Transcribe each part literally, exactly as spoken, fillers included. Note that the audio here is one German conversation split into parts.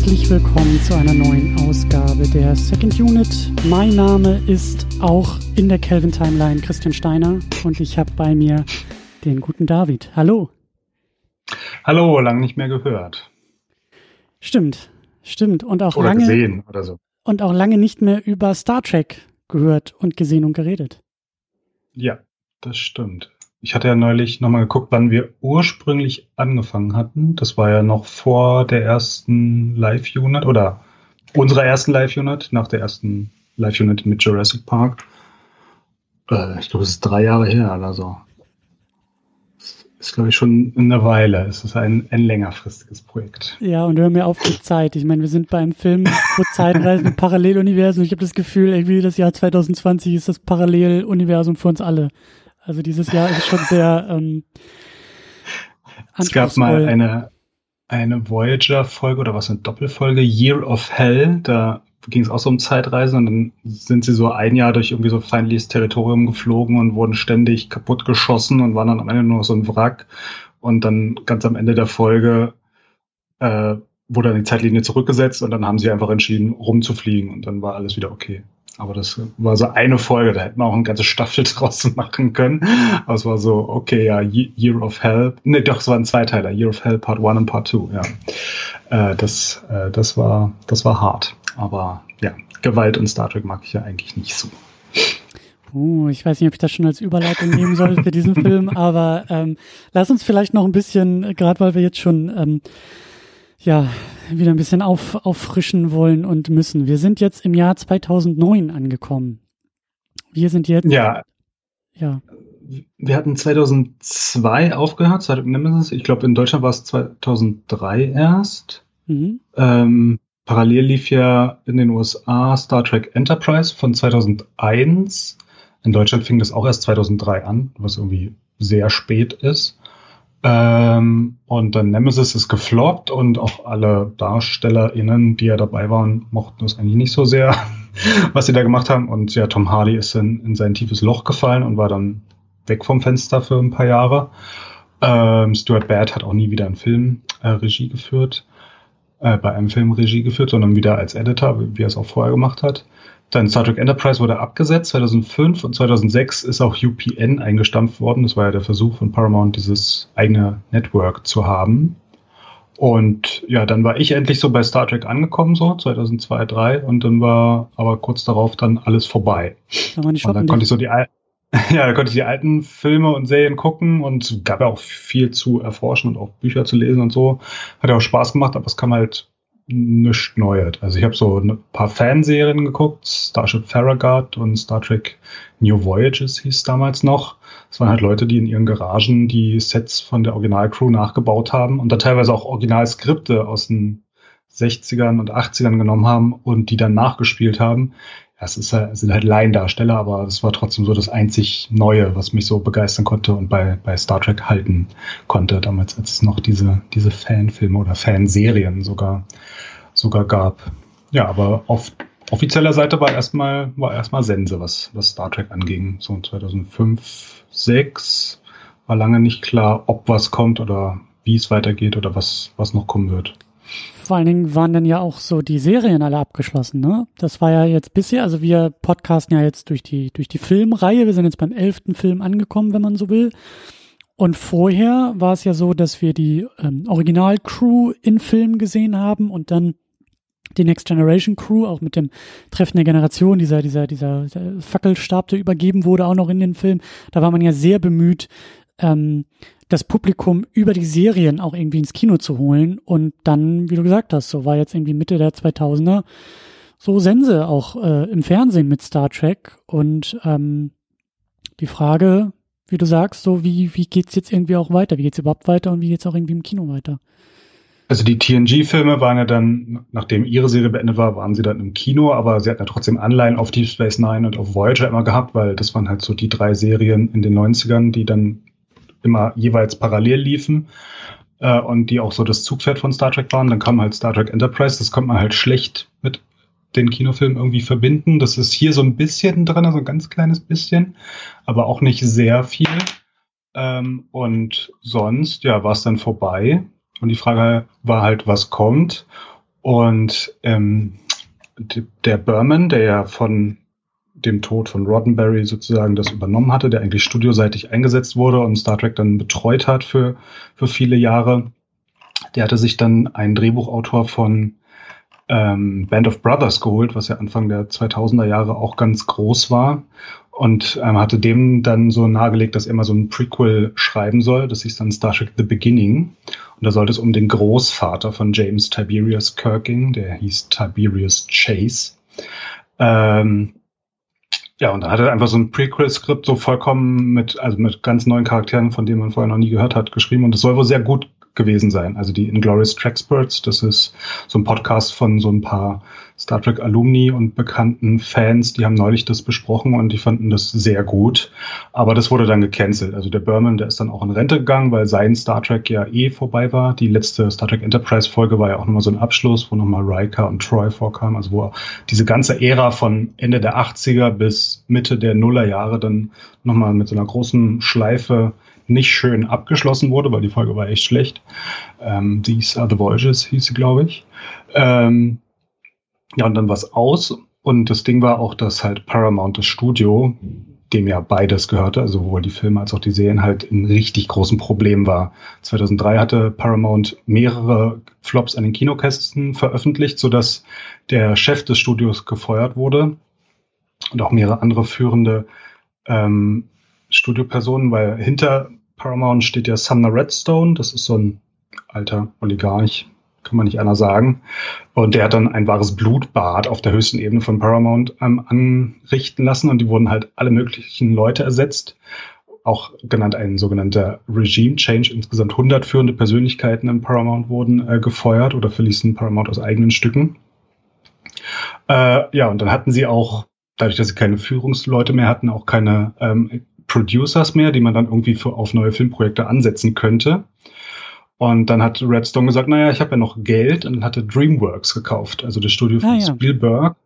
Herzlich willkommen zu einer neuen Ausgabe der Second Unit. Mein Name ist auch in der Kelvin Timeline Christian Steiner und ich habe bei mir den guten David. Hallo. Hallo, lange nicht mehr gehört. Stimmt, stimmt. Und auch oder lange gesehen oder so. Und auch lange nicht mehr über Star Trek gehört und gesehen und geredet. Ja, das stimmt. Ich hatte ja neulich nochmal geguckt, wann wir ursprünglich angefangen hatten. Das war ja noch vor der ersten Live-Unit oder unserer ersten Live-Unit, nach der ersten Live-Unit mit Jurassic Park. Äh, ich glaube, es ist drei Jahre her oder so. Das ist, glaube ich, schon eine Weile. Es ist ein, ein längerfristiges Projekt. Ja, und hör mir auf die Zeit. Ich meine, wir sind bei einem Film, wo Zeitreisen im Paralleluniversum. Ich habe das Gefühl, irgendwie das Jahr zwanzig zwanzig ist das Paralleluniversum für uns alle. Also dieses Jahr ist schon sehr ähm, Es gab mal eine, eine Voyager-Folge oder was, eine Doppelfolge, Year of Hell, da ging es auch so um Zeitreisen und dann sind sie so ein Jahr durch irgendwie so feindliches Territorium geflogen und wurden ständig kaputt geschossen und waren dann am Ende nur noch so ein Wrack und dann ganz am Ende der Folge äh, wurde dann die Zeitlinie zurückgesetzt und dann haben sie einfach entschieden, rumzufliegen und dann war alles wieder okay. Aber das war so eine Folge, da hätten wir auch eine ganze Staffel draus machen können. Aber es war so, okay, ja, Year of Hell. Ne, doch, es waren zwei Teile. Year of Hell Part eins und Part zwei, ja. Äh, das, äh, das war, das war hart. Aber ja, Gewalt und Star Trek mag ich ja eigentlich nicht so. Oh, ich weiß nicht, ob ich das schon als Überleitung nehmen soll für diesen Film, aber ähm, lass uns vielleicht noch ein bisschen, gerade weil wir jetzt schon ähm, ja, wieder ein bisschen auf, auffrischen wollen und müssen. Wir sind jetzt im Jahr zweitausendneun angekommen. Wir sind jetzt... Ja. Ja. Wir hatten zweitausendzwei aufgehört, Star Trek Nemesis. Ich glaube, in Deutschland war es zweitausenddrei erst. Mhm. Ähm, parallel lief ja in den U S A Star Trek Enterprise von zweitausendeins. In Deutschland fing das auch erst zweitausenddrei an, was irgendwie sehr spät ist. Ähm, und dann Nemesis ist gefloppt und auch alle DarstellerInnen, die ja dabei waren, mochten das eigentlich nicht so sehr, was sie da gemacht haben. Und ja, Tom Hardy ist in, in sein tiefes Loch gefallen und war dann weg vom Fenster für ein paar Jahre. Ähm, Stuart Baird hat auch nie wieder einen Film äh, Regie geführt, äh, bei einem Film Regie geführt, sondern wieder als Editor, wie, wie er es auch vorher gemacht hat. Dann Star Trek Enterprise wurde abgesetzt, zweitausendfünf, und zweitausendsechs ist auch U P N eingestampft worden. Das war ja der Versuch von Paramount, dieses eigene Network zu haben. Und ja, dann war ich endlich so bei Star Trek angekommen, so zweitausendzwei, zweitausenddrei, und dann war aber kurz darauf dann alles vorbei. Da und dann konnte ich so die, ja, da konnte ich die alten Filme und Serien gucken und es gab ja auch viel zu erforschen und auch Bücher zu lesen und so. Hat ja auch Spaß gemacht, aber es kam halt nichts Neues. Also ich habe so ein paar Fanserien geguckt, Starship Farragut und Star Trek New Voyages hieß es damals noch. Das waren halt Leute, die in ihren Garagen die Sets von der Originalcrew nachgebaut haben und da teilweise auch Originalskripte aus den sechzigern und achtzigern genommen haben und die dann nachgespielt haben. Ja, es ist halt, es sind halt Laiendarsteller, aber es war trotzdem so das einzig Neue, was mich so begeistern konnte und bei, bei Star Trek halten konnte, damals, als es noch diese, diese Fanfilme oder Fanserien sogar, sogar gab. Ja, aber auf offizieller Seite war erstmal, war erstmal Sense, was, was Star Trek anging. So zweitausendfünf, sechs war lange nicht klar, ob was kommt oder wie es weitergeht oder was, was noch kommen wird. Vor allen Dingen waren dann ja auch so die Serien alle abgeschlossen, ne? Das war ja jetzt bisher, also wir podcasten ja jetzt durch die, durch die Filmreihe. Wir sind jetzt beim elften Film angekommen, wenn man so will. Und vorher war es ja so, dass wir die ähm, Original-Crew in Filmen gesehen haben und dann die Next Generation Crew, auch mit dem Treffen der Generation, dieser, dieser, dieser, dieser Fackelstab, der übergeben wurde, auch noch in den Film. Da war man ja sehr bemüht, ähm, das Publikum über die Serien auch irgendwie ins Kino zu holen und dann, wie du gesagt hast, so war jetzt irgendwie Mitte der zweitausender so Sense auch äh, im Fernsehen mit Star Trek und ähm, die Frage, wie du sagst, so wie wie geht's jetzt irgendwie auch weiter, wie geht's überhaupt weiter und wie geht's auch irgendwie im Kino weiter? Also die T N G-Filme waren ja dann, nachdem ihre Serie beendet war, waren sie dann im Kino, aber sie hatten ja trotzdem Anleihen auf Deep Space Nine und auf Voyager immer gehabt, weil das waren halt so die drei Serien in den neunzigern, die dann immer jeweils parallel liefen äh, und die auch so das Zugpferd von Star Trek waren. Dann kam halt Star Trek Enterprise, das konnte man halt schlecht mit den Kinofilmen irgendwie verbinden. Das ist hier so ein bisschen drin, so ein ganz kleines bisschen, aber auch nicht sehr viel. Ähm, und sonst, ja, war es dann vorbei. Und die Frage war halt, was kommt? Und ähm, der Berman, der ja von dem Tod von Roddenberry sozusagen das übernommen hatte, der eigentlich studioseitig eingesetzt wurde und Star Trek dann betreut hat für, für viele Jahre, der hatte sich dann einen Drehbuchautor von ähm, Band of Brothers geholt, was ja Anfang der zweitausender Jahre auch ganz groß war, und ähm, hatte dem dann so nahegelegt, dass er mal so ein Prequel schreiben soll. Das hieß dann Star Trek The Beginning. Und da sollte es um den Großvater von James Tiberius Kirk gehen, der hieß Tiberius Chase. Ähm, ja, und dann hat er einfach so ein Prequel-Skript so vollkommen mit, also mit ganz neuen Charakteren, von denen man vorher noch nie gehört hat, geschrieben. Und es soll wohl sehr gut gewesen sein. Also die Inglourious Trackspurts, das ist so ein Podcast von so ein paar Star Trek Alumni und bekannten Fans, die haben neulich das besprochen und die fanden das sehr gut. Aber das wurde dann gecancelt. Also der Berman, der ist dann auch in Rente gegangen, weil sein Star Trek ja eh vorbei war. Die letzte Star Trek Enterprise Folge war ja auch nochmal so ein Abschluss, wo nochmal Riker und Troy vorkamen. Also wo diese ganze Ära von Ende der achtziger bis Mitte der Nullerjahre dann nochmal mit so einer großen Schleife nicht schön abgeschlossen wurde, weil die Folge war echt schlecht. Ähm, These Are the Voyages hieß sie, glaube ich. Ähm, ja, und dann war es aus. Und das Ding war auch, dass halt Paramount, das Studio, dem ja beides gehörte, also sowohl die Filme als auch die Serien, halt in richtig großen Problemen war. zweitausenddrei hatte Paramount mehrere Flops an den Kinokästen veröffentlicht, sodass der Chef des Studios gefeuert wurde und auch mehrere andere führende ähm, Studiopersonen, weil hinter Paramount steht ja Sumner Redstone, das ist so ein alter Oligarch, kann man nicht anders sagen. Und der hat dann ein wahres Blutbad auf der höchsten Ebene von Paramount ähm, anrichten lassen und die wurden halt alle möglichen Leute ersetzt, auch genannt ein sogenannter Regime Change. Insgesamt hundert führende Persönlichkeiten in Paramount wurden äh, gefeuert oder verließen Paramount aus eigenen Stücken. Äh, ja, und dann hatten sie auch, dadurch, dass sie keine Führungsleute mehr hatten, auch keine ähm, Producers mehr, die man dann irgendwie für, auf neue Filmprojekte ansetzen könnte. Und dann hat Redstone gesagt, naja, ich habe ja noch Geld, und dann hatte DreamWorks gekauft, also das Studio von ah, ja. Spielberg,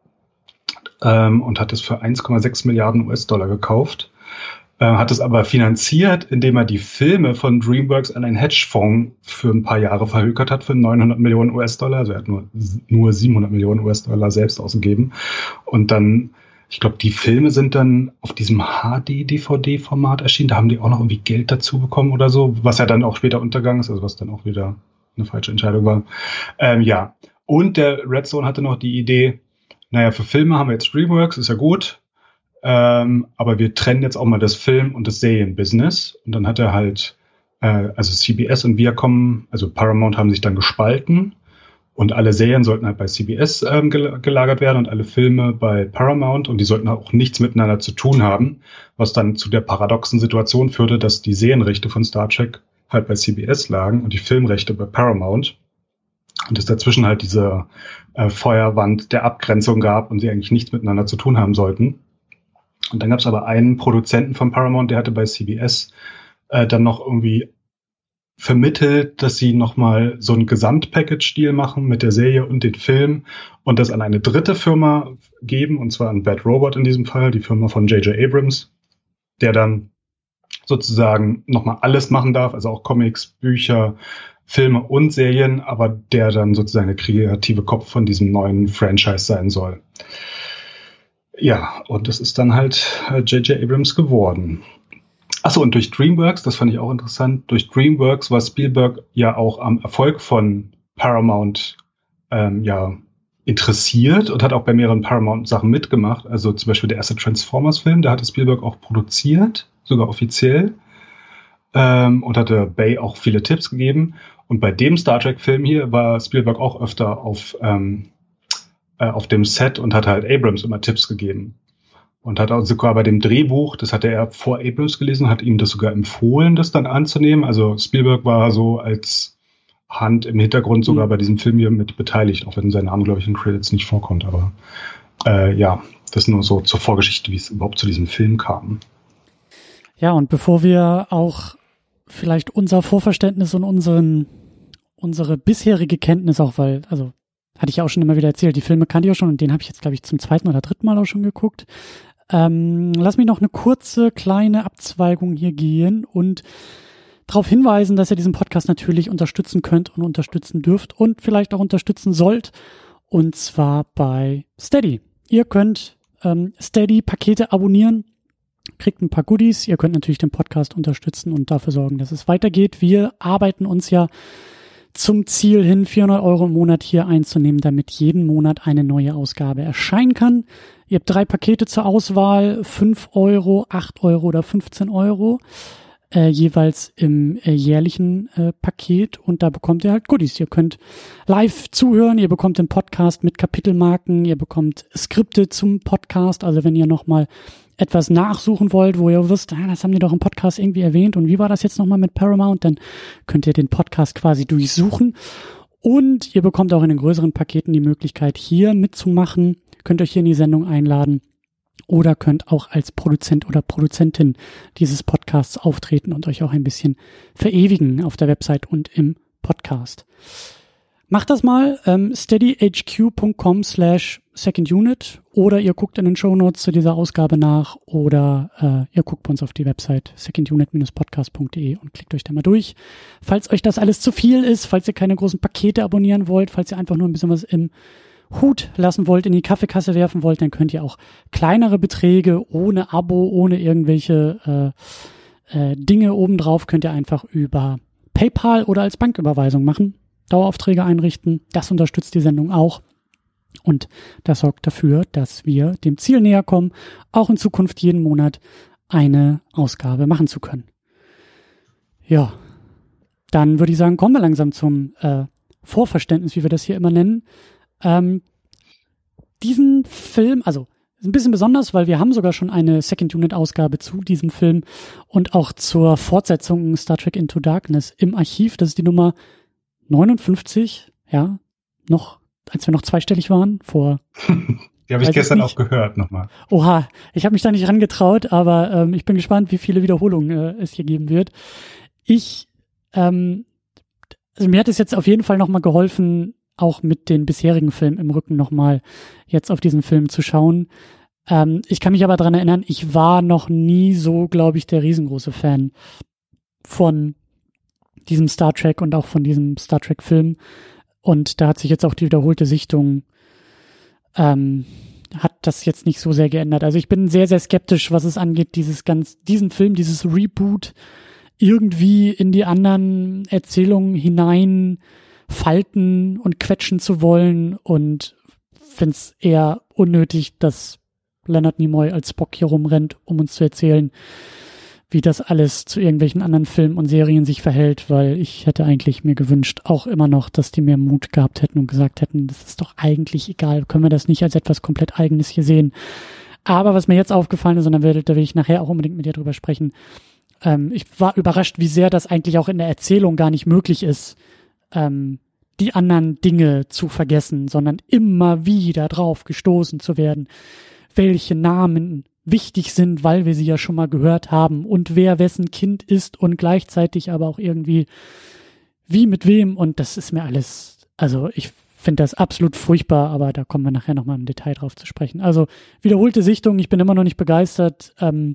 ähm, und hat es für eins Komma sechs Milliarden U S-Dollar gekauft, äh, hat es aber finanziert, indem er die Filme von DreamWorks an einen Hedgefonds für ein paar Jahre verhökert hat für neunhundert Millionen U S-Dollar, also er hat nur, nur siebenhundert Millionen U S-Dollar selbst ausgegeben. Und dann, ich glaube, die Filme sind dann auf diesem H D-D V D-Format erschienen. Da haben die auch noch irgendwie Geld dazu bekommen oder so, was ja dann auch später untergegangen ist, also was dann auch wieder eine falsche Entscheidung war. Ähm, ja, und der Redstone hatte noch die Idee, naja, für Filme haben wir jetzt DreamWorks, ist ja gut, ähm, aber wir trennen jetzt auch mal das Film- und das Serienbusiness. Und dann hat er halt, äh, also C B S und Viacom, also Paramount, haben sich dann gespalten. Und alle Serien sollten halt bei C B S ähm, gelagert werden und alle Filme bei Paramount, und die sollten auch nichts miteinander zu tun haben, was dann zu der paradoxen Situation führte, dass die Serienrechte von Star Trek halt bei C B S lagen und die Filmrechte bei Paramount, und es dazwischen halt diese äh, Feuerwand der Abgrenzung gab und sie eigentlich nichts miteinander zu tun haben sollten. Und dann gab es aber einen Produzenten von Paramount, der hatte bei C B S äh, dann noch irgendwie vermittelt, dass sie nochmal so einen Gesamtpackage-Deal machen mit der Serie und den Film und das an eine dritte Firma geben, und zwar an Bad Robot in diesem Fall, die Firma von J J Abrams, der dann sozusagen nochmal alles machen darf, also auch Comics, Bücher, Filme und Serien, aber der dann sozusagen der kreative Kopf von diesem neuen Franchise sein soll. Ja, und das ist dann halt J J Abrams geworden. Achso, und durch DreamWorks, das fand ich auch interessant, durch DreamWorks war Spielberg ja auch am Erfolg von Paramount ähm, ja interessiert und hat auch bei mehreren Paramount-Sachen mitgemacht. Also zum Beispiel der erste Transformers-Film, der hatte Spielberg auch produziert, sogar offiziell, ähm, und hatte Bay auch viele Tipps gegeben. Und bei dem Star Trek-Film hier war Spielberg auch öfter auf, ähm, äh, auf dem Set und hat halt Abrams immer Tipps gegeben. Und hat auch sogar bei dem Drehbuch, das hatte er vor Abrams gelesen, hat ihm das sogar empfohlen, das dann anzunehmen. Also Spielberg war so als Hand im Hintergrund sogar mhm. bei diesem Film hier mit beteiligt, auch wenn sein Name, glaube ich, in Credits nicht vorkommt. Aber äh, ja, das nur so zur Vorgeschichte, wie es überhaupt zu diesem Film kam. Ja, und bevor wir auch vielleicht unser Vorverständnis und unseren unsere bisherige Kenntnis auch, weil, also hatte ich ja auch schon immer wieder erzählt, die Filme kannte ich auch schon und den habe ich jetzt, glaube ich, zum zweiten oder dritten Mal auch schon geguckt. Ähm, lass mich noch eine kurze, kleine Abzweigung hier gehen und darauf hinweisen, dass ihr diesen Podcast natürlich unterstützen könnt und unterstützen dürft und vielleicht auch unterstützen sollt. Und zwar bei Steady. Ihr könnt ähm, Steady-Pakete abonnieren, kriegt ein paar Goodies. Ihr könnt natürlich den Podcast unterstützen und dafür sorgen, dass es weitergeht. Wir arbeiten uns ja zum Ziel hin, vierhundert Euro im Monat hier einzunehmen, damit jeden Monat eine neue Ausgabe erscheinen kann. Ihr habt drei Pakete zur Auswahl, fünf Euro, acht Euro oder fünfzehn Euro, äh, jeweils im äh, jährlichen äh, Paket, und da bekommt ihr halt Goodies. Ihr könnt live zuhören, ihr bekommt den Podcast mit Kapitelmarken, ihr bekommt Skripte zum Podcast, also wenn ihr nochmal etwas nachsuchen wollt, wo ihr wisst, ah, das haben die doch im Podcast irgendwie erwähnt und wie war das jetzt nochmal mit Paramount, dann könnt ihr den Podcast quasi durchsuchen, und ihr bekommt auch in den größeren Paketen die Möglichkeit, hier mitzumachen, könnt euch hier in die Sendung einladen oder könnt auch als Produzent oder Produzentin dieses Podcasts auftreten und euch auch ein bisschen verewigen auf der Website und im Podcast. Macht das mal, ähm, steadyhq.com slash second unit, oder ihr guckt in den Shownotes zu dieser Ausgabe nach, oder äh, ihr guckt bei uns auf die Website second unit dash podcast punkt de und klickt euch da mal durch. Falls euch das alles zu viel ist, falls ihr keine großen Pakete abonnieren wollt, falls ihr einfach nur ein bisschen was im Hut lassen wollt, in die Kaffeekasse werfen wollt, dann könnt ihr auch kleinere Beträge ohne Abo, ohne irgendwelche äh, äh, Dinge obendrauf, könnt ihr einfach über PayPal oder als Banküberweisung machen. Daueraufträge einrichten, das unterstützt die Sendung auch, und das sorgt dafür, dass wir dem Ziel näher kommen, auch in Zukunft jeden Monat eine Ausgabe machen zu können. Ja, dann würde ich sagen, kommen wir langsam zum äh, Vorverständnis, wie wir das hier immer nennen. Ähm, diesen Film, also ist ein bisschen besonders, weil wir haben sogar schon eine Second Unit Ausgabe zu diesem Film und auch zur Fortsetzung Star Trek Into Darkness im Archiv. Das ist die Nummer neunundfünfzig, ja, noch, als wir noch zweistellig waren, vor. Die habe ich gestern auch gehört nochmal. Oha, ich habe mich da nicht rangetraut, aber ähm, ich bin gespannt, wie viele Wiederholungen äh, es hier geben wird. Ich, ähm, also mir hat es jetzt auf jeden Fall nochmal geholfen, auch mit den bisherigen Filmen im Rücken nochmal jetzt auf diesen Film zu schauen. Ähm, ich kann mich aber daran erinnern, ich war noch nie so, glaube ich, der riesengroße Fan von diesem Star Trek und auch von diesem Star Trek Film, und da hat sich jetzt auch die wiederholte Sichtung ähm, hat das jetzt nicht so sehr geändert. Also ich bin sehr, sehr skeptisch, was es angeht, dieses ganz, diesen Film, dieses Reboot irgendwie in die anderen Erzählungen hinein falten und quetschen zu wollen, und finde es eher unnötig, dass Leonard Nimoy als Spock hier rumrennt, um uns zu erzählen, wie das alles zu irgendwelchen anderen Filmen und Serien sich verhält, weil ich hätte eigentlich mir gewünscht, auch immer noch, dass die mehr Mut gehabt hätten und gesagt hätten, das ist doch eigentlich egal, können wir das nicht als etwas komplett Eigenes hier sehen. Aber was mir jetzt aufgefallen ist, und da will, da will ich nachher auch unbedingt mit dir drüber sprechen, ähm, ich war überrascht, wie sehr das eigentlich auch in der Erzählung gar nicht möglich ist, ähm, die anderen Dinge zu vergessen, sondern immer wieder drauf gestoßen zu werden, welche Namen wichtig sind, weil wir sie ja schon mal gehört haben, und wer wessen Kind ist, und gleichzeitig aber auch irgendwie wie mit wem, und das ist mir alles, also ich finde das absolut furchtbar, aber da kommen wir nachher nochmal im Detail drauf zu sprechen. Also wiederholte Sichtung, ich bin immer noch nicht begeistert, ähm,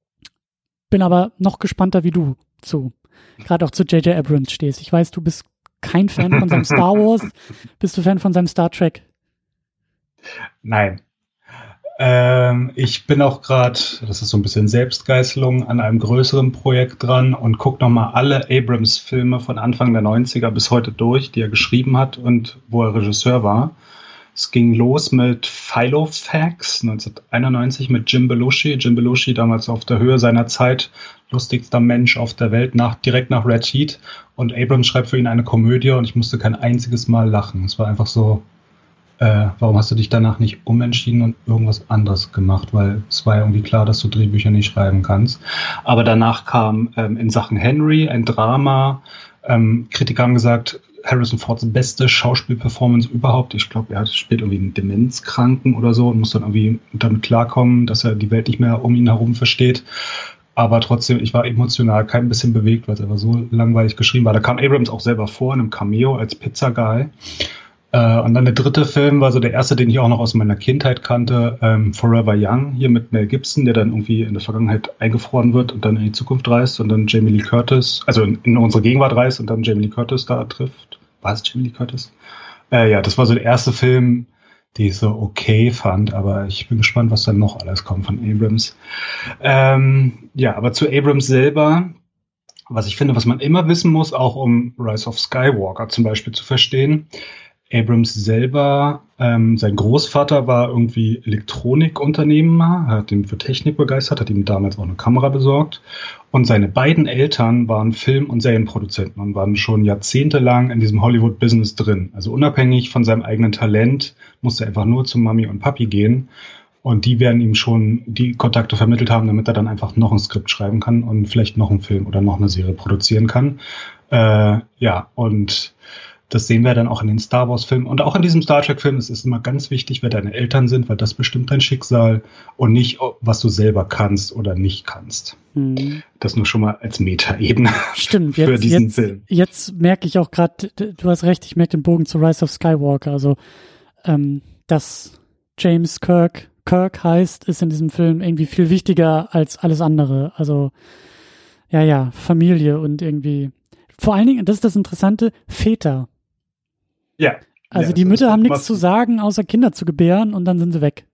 bin aber noch gespannter wie du zu, gerade auch zu J J Abrams stehst. Ich weiß, du bist kein Fan von seinem Star Wars, bist du Fan von seinem Star Trek? Nein. Ähm, ich bin auch gerade, das ist so ein bisschen Selbstgeißelung, an einem größeren Projekt dran und gucke nochmal alle Abrams-Filme von Anfang der neunziger bis heute durch, die er geschrieben hat und wo er Regisseur war. Es ging los mit Filofax neunzehnhunderteinundneunzig mit Jim Belushi. Jim Belushi damals auf der Höhe seiner Zeit, lustigster Mensch auf der Welt, nach, direkt nach Red Heat. Und Abrams schreibt für ihn eine Komödie und ich musste kein einziges Mal lachen. Es war einfach so, äh, warum hast du dich danach nicht umentschieden und irgendwas anderes gemacht? Weil es war ja irgendwie klar, dass du Drehbücher nicht schreiben kannst. Aber danach kam ähm, in Sachen Henry ein Drama. Ähm, Kritiker haben gesagt, Harrison Fords beste Schauspielperformance überhaupt. Ich glaube, er spielt irgendwie einen Demenzkranken oder so und muss dann irgendwie damit klarkommen, dass er die Welt nicht mehr um ihn herum versteht. Aber trotzdem, ich war emotional kein bisschen bewegt, weil es einfach so langweilig geschrieben war. Da kam Abrams auch selber vor in einem Cameo als Pizza-Guy. Äh, und dann der dritte Film war so der erste, den ich auch noch aus meiner Kindheit kannte, ähm, Forever Young, hier mit Mel Gibson, der dann irgendwie in der Vergangenheit eingefroren wird und dann in die Zukunft reist und dann Jamie Lee Curtis, also in, in unsere Gegenwart reist und dann Jamie Lee Curtis da trifft. War es Jamie Lee Curtis? Äh, ja, das war so der erste Film, den ich so okay fand, aber ich bin gespannt, was dann noch alles kommt von Abrams. Ähm, ja, aber zu Abrams selber, was ich finde, was man immer wissen muss, auch um Rise of Skywalker zum Beispiel zu verstehen. Abrams selber, ähm, sein Großvater war irgendwie Elektronikunternehmer, hat ihn für Technik begeistert, hat ihm damals auch eine Kamera besorgt. Und seine beiden Eltern waren Film- und Serienproduzenten und waren schon jahrzehntelang in diesem Hollywood-Business drin. Also unabhängig von seinem eigenen Talent musste er einfach nur zu Mami und Papi gehen. Und die werden ihm schon die Kontakte vermittelt haben, damit er dann einfach noch ein Skript schreiben kann und vielleicht noch einen Film oder noch eine Serie produzieren kann. Äh, ja, und das sehen wir dann auch in den Star Wars-Filmen und auch in diesem Star Trek-Film. Es ist immer ganz wichtig, wer deine Eltern sind, weil das bestimmt dein Schicksal und nicht, was du selber kannst oder nicht kannst. Mhm. Das nur schon mal als Meta-Ebene. Stimmt, für jetzt, diesen jetzt, Film. Jetzt merke ich auch gerade, du hast recht, ich merke den Bogen zu Rise of Skywalker. Also, ähm, dass James Kirk Kirk heißt, ist in diesem Film irgendwie viel wichtiger als alles andere. Also, ja, ja, Familie und irgendwie, vor allen Dingen, das ist das Interessante, Väter. Ja. Also ja, die Mütter haben nichts was, zu sagen, außer Kinder zu gebären und dann sind sie weg.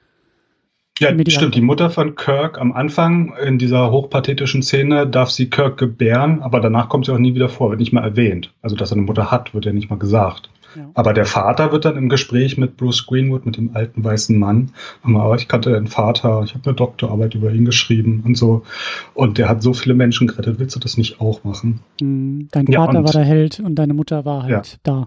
Ja, stimmt. Die Mutter von Kirk am Anfang in dieser hochpathetischen Szene darf sie Kirk gebären, aber danach kommt sie auch nie wieder vor, wird nicht mal erwähnt. Also, dass er eine Mutter hat, wird ja nicht mal gesagt. Ja. Aber der Vater wird dann im Gespräch mit Bruce Greenwood, mit dem alten weißen Mann, aber ich kannte den Vater, ich habe eine Doktorarbeit über ihn geschrieben und so. Und der hat so viele Menschen gerettet, willst du das nicht auch machen? Dein Vater ja, war der Held und deine Mutter war halt ja. da.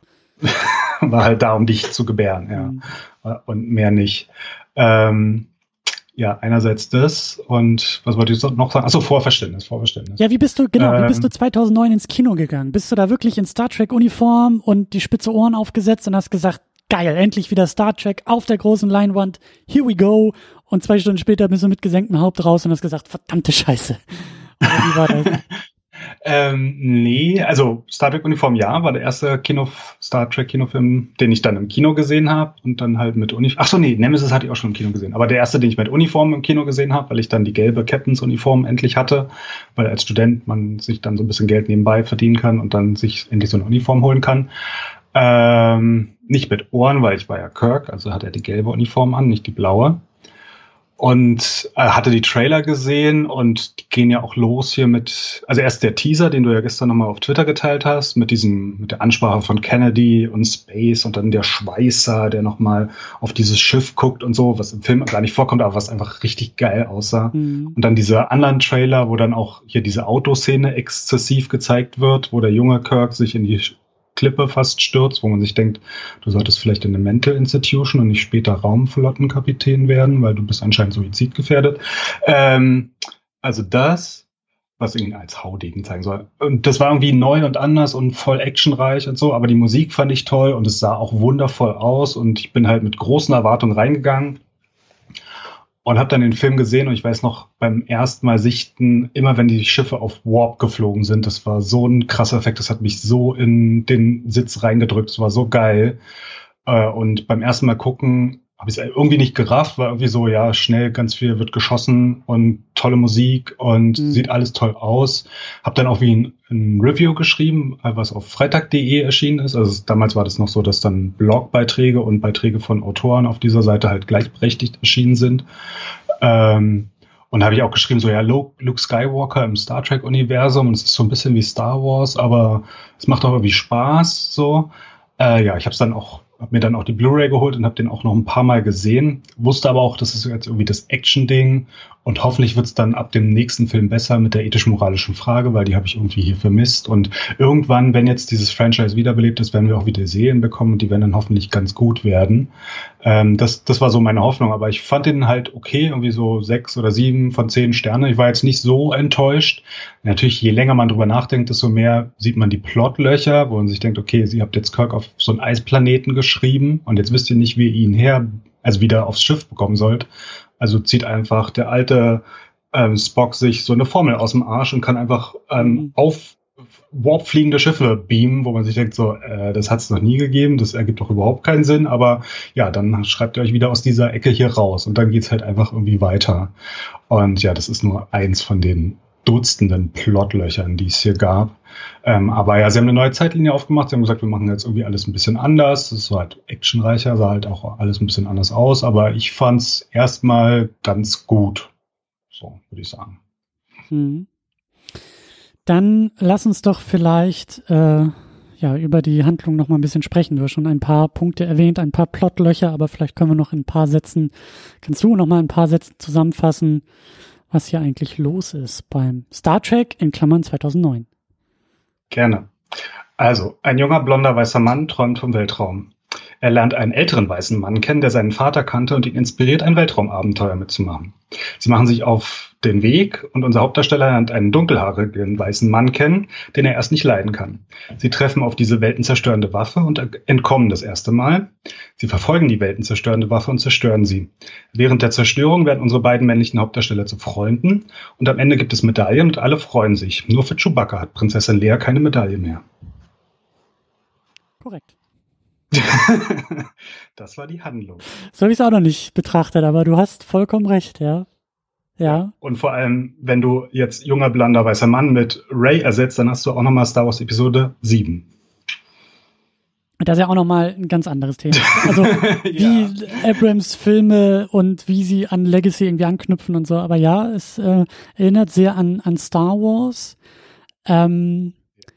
War halt da, um dich zu gebären, ja. Mhm. Und mehr nicht. Ähm, ja, einerseits das und was wollte ich noch sagen? Achso, Vorverständnis, Vorverständnis. Ja, wie bist du, genau, ähm, wie bist du zweitausendneun ins Kino gegangen? Bist du da wirklich in Star Trek Uniform und die spitze Ohren aufgesetzt und hast gesagt, geil, endlich wieder Star Trek auf der großen Leinwand, here we go. Und zwei Stunden später bist du mit gesenktem Haupt raus und hast gesagt, verdammte Scheiße. Oder wie war das? Ähm, nee, also Star Trek Uniform, ja, war der erste Kino Star Trek Kinofilm, den ich dann im Kino gesehen habe und dann halt mit Uniform. Ach so, nee, Nemesis hatte ich auch schon im Kino gesehen, aber der erste, den ich mit Uniform im Kino gesehen habe, weil ich dann die gelbe Captains Uniform endlich hatte, weil als Student man sich dann so ein bisschen Geld nebenbei verdienen kann und dann sich endlich so eine Uniform holen kann. Ähm, nicht mit Ohren, weil ich war ja Kirk, also hat er die gelbe Uniform an, nicht die blaue. Und äh, hatte die Trailer gesehen und die gehen ja auch los hier mit, also erst der Teaser, den du ja gestern nochmal auf Twitter geteilt hast, mit diesem, mit der Ansprache von Kennedy und Space und dann der Schweißer, der nochmal auf dieses Schiff guckt und so, was im Film gar nicht vorkommt, aber was einfach richtig geil aussah. Mhm. Und dann diese anderen Trailer, wo dann auch hier diese Autoszene exzessiv gezeigt wird, wo der junge Kirk sich in die Klippe fast stürzt, wo man sich denkt, du solltest vielleicht in eine Mental Institution und nicht später Raumflottenkapitän werden, weil du bist anscheinend suizidgefährdet. Ähm, also das, was ihn als Haudegen zeigen soll. Und das war irgendwie neu und anders und voll actionreich und so, aber die Musik fand ich toll und es sah auch wundervoll aus und ich bin halt mit großen Erwartungen reingegangen. Und habe dann den Film gesehen und ich weiß noch, beim ersten Mal sichten, immer wenn die Schiffe auf Warp geflogen sind, das war so ein krasser Effekt, das hat mich so in den Sitz reingedrückt, das war so geil. Und beim ersten Mal gucken, habe ich es irgendwie nicht gerafft, war irgendwie so, ja, schnell, ganz viel wird geschossen und tolle Musik und mhm. sieht alles toll aus. Hab dann auch wie ein, ein Review geschrieben, was auf freitag punkt de erschienen ist. Also damals war das noch so, dass dann Blogbeiträge und Beiträge von Autoren auf dieser Seite halt gleichberechtigt erschienen sind. Ähm, und habe ich auch geschrieben, so ja, Luke, Luke Skywalker im Star Trek-Universum und es ist so ein bisschen wie Star Wars, aber es macht auch irgendwie Spaß, so. Äh, ja, ich habe es dann auch Hab mir dann auch die Blu-ray geholt und habe den auch noch ein paar Mal gesehen. Wusste aber auch, das ist jetzt irgendwie das Action-Ding. Und hoffentlich wird es dann ab dem nächsten Film besser mit der ethisch-moralischen Frage, weil die habe ich irgendwie hier vermisst. Und irgendwann, wenn jetzt dieses Franchise wiederbelebt ist, werden wir auch wieder Serien bekommen und die werden dann hoffentlich ganz gut werden. Ähm, das, das war so meine Hoffnung. Aber ich fand den halt okay, irgendwie so sechs oder sieben von zehn Sterne. Ich war jetzt nicht so enttäuscht. Natürlich, je länger man drüber nachdenkt, desto mehr sieht man die Plotlöcher, wo man sich denkt, okay, ihr habt jetzt Kirk auf so einen Eisplaneten geschrieben und jetzt wisst ihr nicht, wie ihr ihn her, also wieder aufs Schiff bekommen sollt. Also zieht einfach der alte ähm, Spock sich so eine Formel aus dem Arsch und kann einfach ähm, auf warpfliegende Schiffe beamen, wo man sich denkt, so, äh, das hat es noch nie gegeben, das ergibt doch überhaupt keinen Sinn, aber ja, dann schreibt ihr euch wieder aus dieser Ecke hier raus und dann geht's halt einfach irgendwie weiter. Und ja, das ist nur eins von den Dutzenden Plotlöchern, die es hier gab. Ähm, aber ja, sie haben eine neue Zeitlinie aufgemacht, sie haben gesagt, wir machen jetzt irgendwie alles ein bisschen anders, das war halt actionreicher, sah halt auch alles ein bisschen anders aus, aber ich fand's erstmal ganz gut, so würde ich sagen. Hm. Dann lass uns doch vielleicht äh, ja über die Handlung noch mal ein bisschen sprechen. Du hast schon ein paar Punkte erwähnt, ein paar Plotlöcher, aber vielleicht können wir noch in ein paar Sätzen, kannst du noch mal ein paar Sätzen zusammenfassen, was hier eigentlich los ist beim Star Trek in Klammern zweitausendneun. Gerne. Also, ein junger, blonder, weißer Mann träumt vom Weltraum. Er lernt einen älteren weißen Mann kennen, der seinen Vater kannte und ihn inspiriert, ein Weltraumabenteuer mitzumachen. Sie machen sich auf den Weg und unser Hauptdarsteller lernt einen dunkelhaarigen weißen Mann kennen, den er erst nicht leiden kann. Sie treffen auf diese weltenzerstörende Waffe und entkommen das erste Mal. Sie verfolgen die weltenzerstörende Waffe und zerstören sie. Während der Zerstörung werden unsere beiden männlichen Hauptdarsteller zu Freunden und am Ende gibt es Medaillen und alle freuen sich. Nur für Chewbacca hat Prinzessin Leia keine Medaille mehr. Korrekt. Das war die Handlung. So habe ich es auch noch nicht betrachtet, aber du hast vollkommen recht, ja. Ja. Und vor allem, wenn du jetzt junger, blonder, weißer Mann mit Rey ersetzt, dann hast du auch nochmal Star Wars Episode sieben. Das ist ja auch nochmal ein ganz anderes Thema. Also wie ja. Abrams Filme und wie sie an Legacy irgendwie anknüpfen und so. Aber ja, es äh, erinnert sehr an, an Star Wars. Ähm,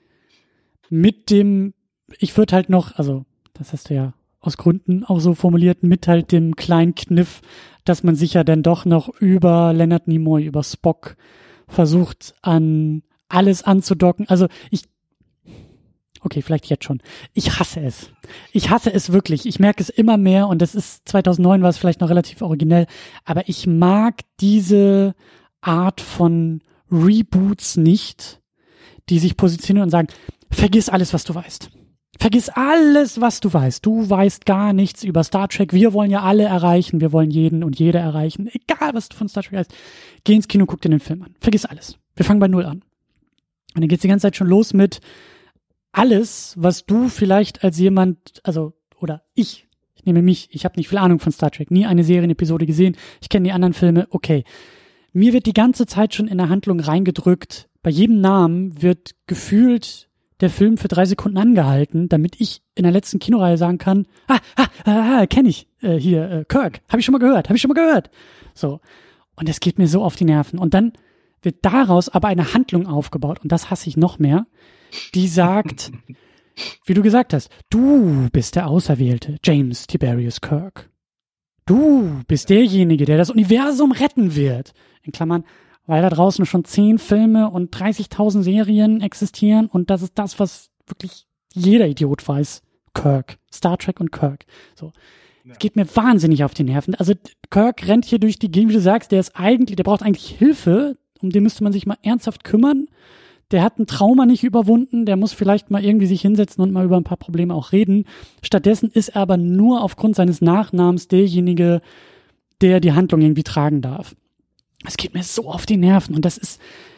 mit dem, ich würde halt noch, also das hast du ja aus Gründen auch so formuliert, mit halt dem kleinen Kniff, dass man sich ja dann doch noch über Leonard Nimoy, über Spock versucht, an alles anzudocken. Also ich, okay, vielleicht jetzt schon. Ich hasse es. Ich hasse es wirklich. Ich merke es immer mehr und das ist, zweitausendneun war es vielleicht noch relativ originell, aber ich mag diese Art von Reboots nicht, die sich positionieren und sagen, vergiss alles, was du weißt. Vergiss alles, was du weißt. Du weißt gar nichts über Star Trek. Wir wollen ja alle erreichen. Wir wollen jeden und jede erreichen. Egal, was du von Star Trek weißt. Geh ins Kino, guck dir den Film an. Vergiss alles. Wir fangen bei Null an. Und dann geht's die ganze Zeit schon los mit alles, was du vielleicht als jemand, also, oder ich, ich nehme mich, ich habe nicht viel Ahnung von Star Trek, nie eine Serienepisode gesehen, ich kenne die anderen Filme, okay. Mir wird die ganze Zeit schon in der Handlung reingedrückt, bei jedem Namen wird gefühlt der Film für drei Sekunden angehalten, damit ich in der letzten Kinoreihe sagen kann, ah, ah, ah, ah kenne ich, äh, hier, äh, Kirk, habe ich schon mal gehört, habe ich schon mal gehört. So. Und das geht mir so auf die Nerven. Und dann wird daraus aber eine Handlung aufgebaut, und das hasse ich noch mehr, die sagt, wie du gesagt hast, du bist der Auserwählte, James Tiberius Kirk. Du bist derjenige, der das Universum retten wird. In Klammern, weil da draußen schon zehn Filme und dreißigtausend Serien existieren und das ist das, was wirklich jeder Idiot weiß. Kirk. Star Trek und Kirk. So. Es geht mir wahnsinnig auf die Nerven. Also Kirk rennt hier durch die Gegend, wie du sagst, der ist eigentlich, der braucht eigentlich Hilfe, um den müsste man sich mal ernsthaft kümmern. Der hat ein Trauma nicht überwunden, der muss vielleicht mal irgendwie sich hinsetzen und mal über ein paar Probleme auch reden. Stattdessen ist er aber nur aufgrund seines Nachnamens derjenige, der die Handlung irgendwie tragen darf. Es geht mir so auf die Nerven und das ist,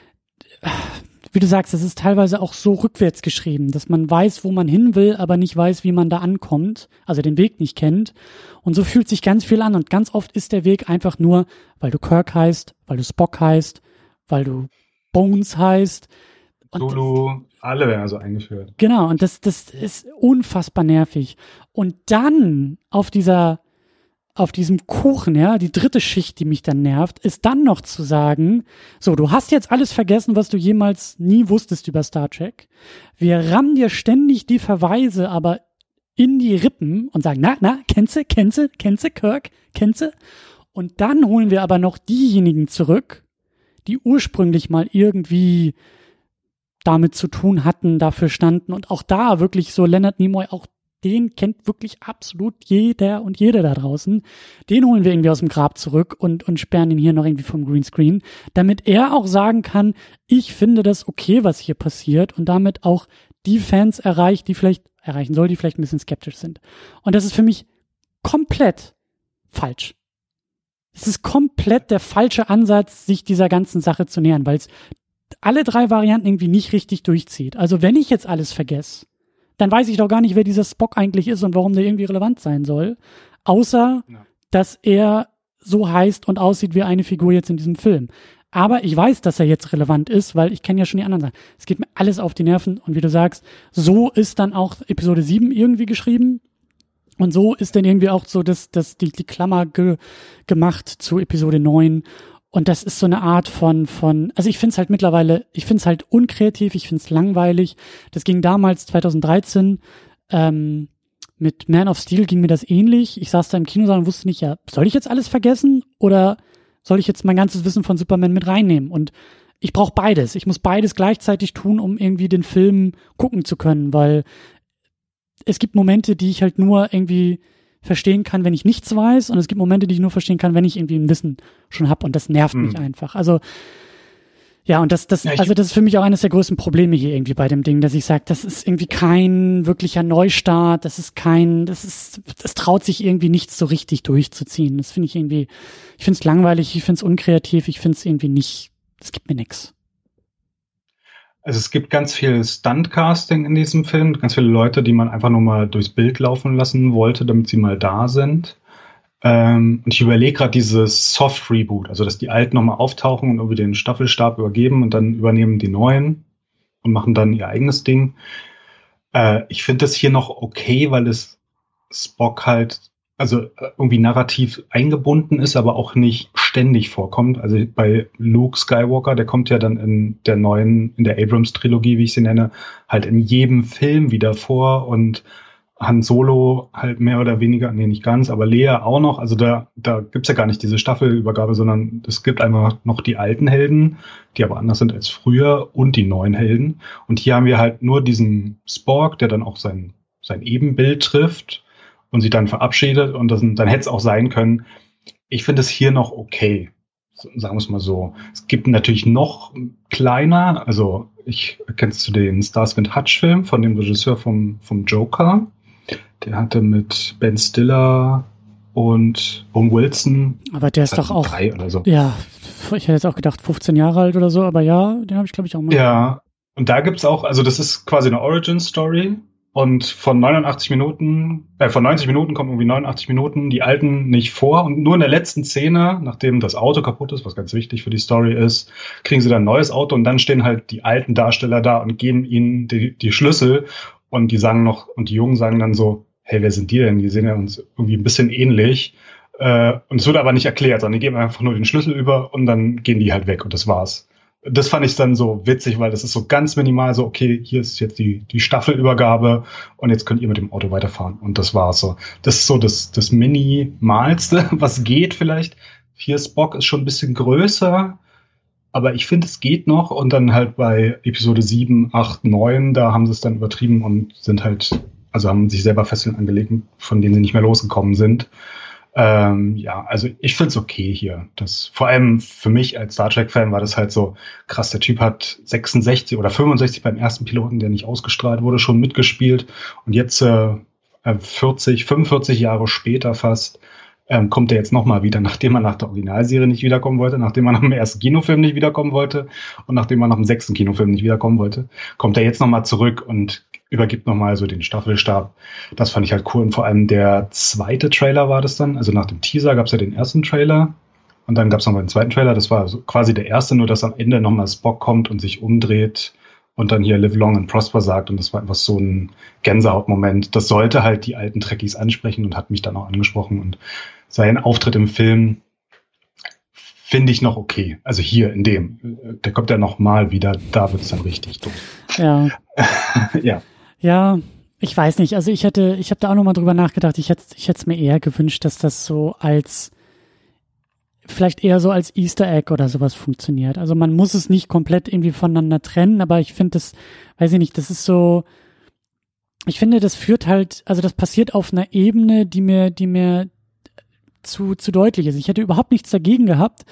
wie du sagst, das ist teilweise auch so rückwärts geschrieben, dass man weiß, wo man hin will, aber nicht weiß, wie man da ankommt, also den Weg nicht kennt. Und so fühlt sich ganz viel an und ganz oft ist der Weg einfach nur, weil du Kirk heißt, weil du Spock heißt, weil du Bones heißt. Und Lulu, das, alle werden also eingeführt. Genau, und das, das ist unfassbar nervig. Und dann auf dieser auf diesem Kuchen, ja, die dritte Schicht, die mich dann nervt, ist dann noch zu sagen, so, du hast jetzt alles vergessen, was du jemals nie wusstest über Star Trek. Wir rammen dir ständig die Verweise aber in die Rippen und sagen, na, na, kennst du, kennst du, kennst du, Kirk, kennst du? Und dann holen wir aber noch diejenigen zurück, die ursprünglich mal irgendwie damit zu tun hatten, dafür standen und auch da wirklich so Leonard Nimoy, auch den kennt wirklich absolut jeder und jede da draußen. Den holen wir irgendwie aus dem Grab zurück und, und sperren ihn hier noch irgendwie vom Greenscreen, damit er auch sagen kann, ich finde das okay, was hier passiert und damit auch die Fans erreicht, die vielleicht erreichen soll, die vielleicht ein bisschen skeptisch sind. Und das ist für mich komplett falsch. Es ist komplett der falsche Ansatz, sich dieser ganzen Sache zu nähern, weil es alle drei Varianten irgendwie nicht richtig durchzieht. Also wenn ich jetzt alles vergesse, dann weiß ich doch gar nicht, wer dieser Spock eigentlich ist und warum der irgendwie relevant sein soll. Außer, ja. dass er so heißt und aussieht wie eine Figur jetzt in diesem Film. Aber ich weiß, dass er jetzt relevant ist, weil ich kenne ja schon die anderen Sachen. Es geht mir alles auf die Nerven und wie du sagst, so ist dann auch Episode sieben irgendwie geschrieben. Und so ist dann irgendwie auch so das, das, die, die Klammer ge, gemacht zu Episode neun. Und das ist so eine Art von, von, also ich finde es halt mittlerweile, ich finde es halt unkreativ, ich finde es langweilig. Das ging damals zwanzig dreizehn, ähm, mit Man of Steel ging mir das ähnlich. Ich saß da im Kinosaal und wusste nicht, ja, soll ich jetzt alles vergessen oder soll ich jetzt mein ganzes Wissen von Superman mit reinnehmen? Und ich brauche beides. Ich muss beides gleichzeitig tun, um irgendwie den Film gucken zu können, weil es gibt Momente, die ich halt nur irgendwie verstehen kann, wenn ich nichts weiß, und es gibt Momente, die ich nur verstehen kann, wenn ich irgendwie ein Wissen schon habe, und das nervt hm. mich einfach. Also ja, und das, das, ja, also das ist für mich auch eines der größten Probleme hier irgendwie bei dem Ding, dass ich sage, das ist irgendwie kein wirklicher Neustart, das ist kein, das ist, das traut sich irgendwie nichts so richtig durchzuziehen. Das finde ich irgendwie, ich finde es langweilig, ich finde es unkreativ, ich finde es irgendwie nicht, es gibt mir nix. Also es gibt ganz viel Stuntcasting in diesem Film, ganz viele Leute, die man einfach nur mal durchs Bild laufen lassen wollte, damit sie mal da sind. Ähm, und ich überlege gerade dieses Soft-Reboot, also dass die Alten nochmal auftauchen und irgendwie den Staffelstab übergeben und dann übernehmen die Neuen und machen dann ihr eigenes Ding. Äh, ich finde das hier noch okay, weil es Spock halt also irgendwie narrativ eingebunden ist, aber auch nicht ständig vorkommt. Also bei Luke Skywalker, der kommt ja dann in der neuen, in der Abrams-Trilogie, wie ich sie nenne, halt in jedem Film wieder vor, und Han Solo halt mehr oder weniger, nee, nicht ganz, aber Leia auch noch. Also da, da gibt's ja gar nicht diese Staffelübergabe, sondern es gibt einfach noch die alten Helden, die aber anders sind als früher, und die neuen Helden. Und hier haben wir halt nur diesen Spock, der dann auch sein, sein Ebenbild trifft und sich dann verabschiedet, und das, dann hätte es auch sein können. Ich finde es hier noch okay, sagen wir es mal so. Es gibt natürlich noch kleiner, also ich kennst du den Starsky und Hutch Film von dem Regisseur vom, vom Joker? Der hatte mit Ben Stiller und Owen Wilson. Aber der ist doch auch drei oder so. Ja, ich hätte jetzt auch gedacht fünfzehn Jahre alt oder so, aber ja, den habe ich glaube ich auch mal. Ja, und da gibt's auch, also das ist quasi eine Origin-Story. Und von neunundachtzig Minuten, äh, von neunzig Minuten kommen irgendwie neunundachtzig Minuten die Alten nicht vor. Und nur in der letzten Szene, nachdem das Auto kaputt ist, was ganz wichtig für die Story ist, kriegen sie dann ein neues Auto, und dann stehen halt die alten Darsteller da und geben ihnen die, die Schlüssel. Und die sagen noch, und die Jungen sagen dann so, hey, wer sind die denn? Die sehen ja uns irgendwie ein bisschen ähnlich. Äh, und es wird aber nicht erklärt, sondern die geben einfach nur den Schlüssel über und dann gehen die halt weg, und das war's. Das fand ich dann so witzig, weil das ist so ganz minimal so, okay, hier ist jetzt die, die Staffelübergabe und jetzt könnt ihr mit dem Auto weiterfahren. Und das war's so. Das ist so das, das Minimalste, was geht vielleicht. Hier Spock ist schon ein bisschen größer, aber ich finde, es geht noch. Und dann halt bei Episode sieben, acht, neun, da haben sie es dann übertrieben und sind halt, also haben sich selber Fesseln angelegt, von denen sie nicht mehr losgekommen sind. Ähm, ja, also ich find's okay hier. Das, vor allem für mich als Star Trek-Fan war das halt so krass. Der Typ hat sechsundsechzig oder fünfundsechzig beim ersten Piloten, der nicht ausgestrahlt wurde, schon mitgespielt. Und jetzt äh, vierzig, fünfundvierzig Jahre später fast ähm, kommt er jetzt nochmal wieder, nachdem er nach der Originalserie nicht wiederkommen wollte, nachdem er nach dem ersten Kinofilm nicht wiederkommen wollte und nachdem er nach dem sechsten Kinofilm nicht wiederkommen wollte, kommt er jetzt nochmal zurück und übergibt nochmal so den Staffelstab. Das fand ich halt cool. Und vor allem der zweite Trailer war das dann. Also nach dem Teaser gab es ja den ersten Trailer und dann gab es nochmal den zweiten Trailer. Das war so quasi der erste, nur dass am Ende nochmal Spock kommt und sich umdreht und dann hier Live Long and Prosper sagt. Und das war einfach so ein Gänsehautmoment. Das sollte halt die alten Trekkies ansprechen und hat mich dann auch angesprochen. Und sein Auftritt im Film finde ich noch okay. Also hier in dem. Der kommt ja noch mal wieder. Da wird es dann richtig doof. Ja. Ja. Ja, ich weiß nicht. Also ich hätte, ich habe da auch noch mal drüber nachgedacht. Ich hätte, ich hätte es mir eher gewünscht, dass das so als, vielleicht eher so als Easter Egg oder sowas funktioniert. Also man muss es nicht komplett irgendwie voneinander trennen, aber ich finde das, weiß ich nicht, das ist so, ich finde, das führt halt, also das passiert auf einer Ebene, die mir, die mir zu, zu deutlich ist. Ich hätte überhaupt nichts dagegen gehabt,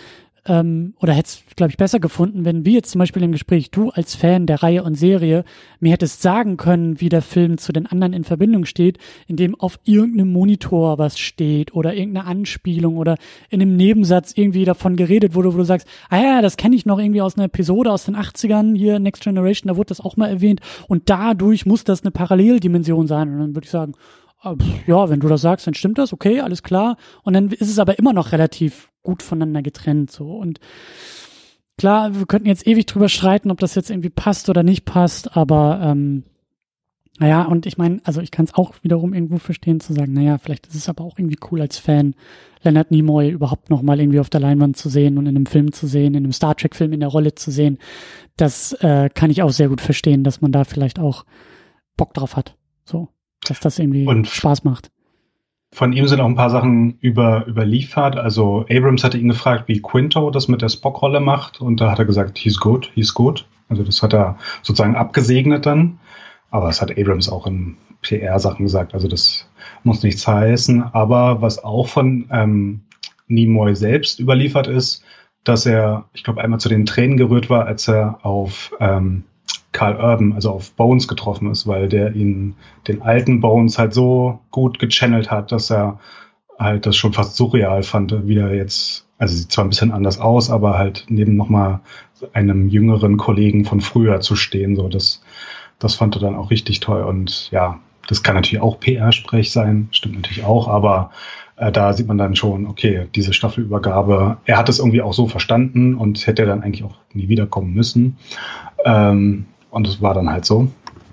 ähm, oder hätte es, glaube ich, besser gefunden, wenn wir jetzt zum Beispiel im Gespräch, du als Fan der Reihe und Serie, mir hättest sagen können, wie der Film zu den anderen in Verbindung steht, indem auf irgendeinem Monitor was steht oder irgendeine Anspielung oder in einem Nebensatz irgendwie davon geredet wurde, wo du sagst, ah ja, das kenne ich noch irgendwie aus einer Episode aus den achtzigern, hier Next Generation, da wurde das auch mal erwähnt und dadurch muss das eine Paralleldimension sein. Und dann würde ich sagen, ja, wenn du das sagst, dann stimmt das, okay, alles klar. Und dann ist es aber immer noch relativ gut voneinander getrennt, so. Und klar, wir könnten jetzt ewig drüber streiten, ob das jetzt irgendwie passt oder nicht passt, aber ähm, naja, und ich meine, also ich kann es auch wiederum irgendwo verstehen, zu sagen, naja, vielleicht ist es aber auch irgendwie cool als Fan, Leonard Nimoy überhaupt nochmal irgendwie auf der Leinwand zu sehen und in einem Film zu sehen, in einem Star Trek-Film in der Rolle zu sehen. Das äh, kann ich auch sehr gut verstehen, dass man da vielleicht auch Bock drauf hat, so. Dass das irgendwie und Spaß macht. Von ihm sind auch ein paar Sachen über, überliefert. Also Abrams hatte ihn gefragt, wie Quinto das mit der Spock-Rolle macht. Und da hat er gesagt, he's good, he's good. Also das hat er sozusagen abgesegnet dann. Aber das hat Abrams auch in P R-Sachen gesagt. Also das muss nichts heißen. Aber was auch von ähm, Nimoy selbst überliefert ist, dass er, ich glaube, einmal zu den Tränen gerührt war, als er auf ähm, Carl Urban, also auf Bones getroffen ist, weil der ihn, den alten Bones halt so gut gechannelt hat, dass er halt das schon fast surreal fand, wie er jetzt, also sieht zwar ein bisschen anders aus, aber halt neben nochmal einem jüngeren Kollegen von früher zu stehen, so das, das fand er dann auch richtig toll und ja, das kann natürlich auch P R-Sprech sein, stimmt natürlich auch, aber äh, da sieht man dann schon, okay, diese Staffelübergabe, er hat es irgendwie auch so verstanden und hätte dann eigentlich auch nie wiederkommen müssen. Ähm, Und es war dann halt so.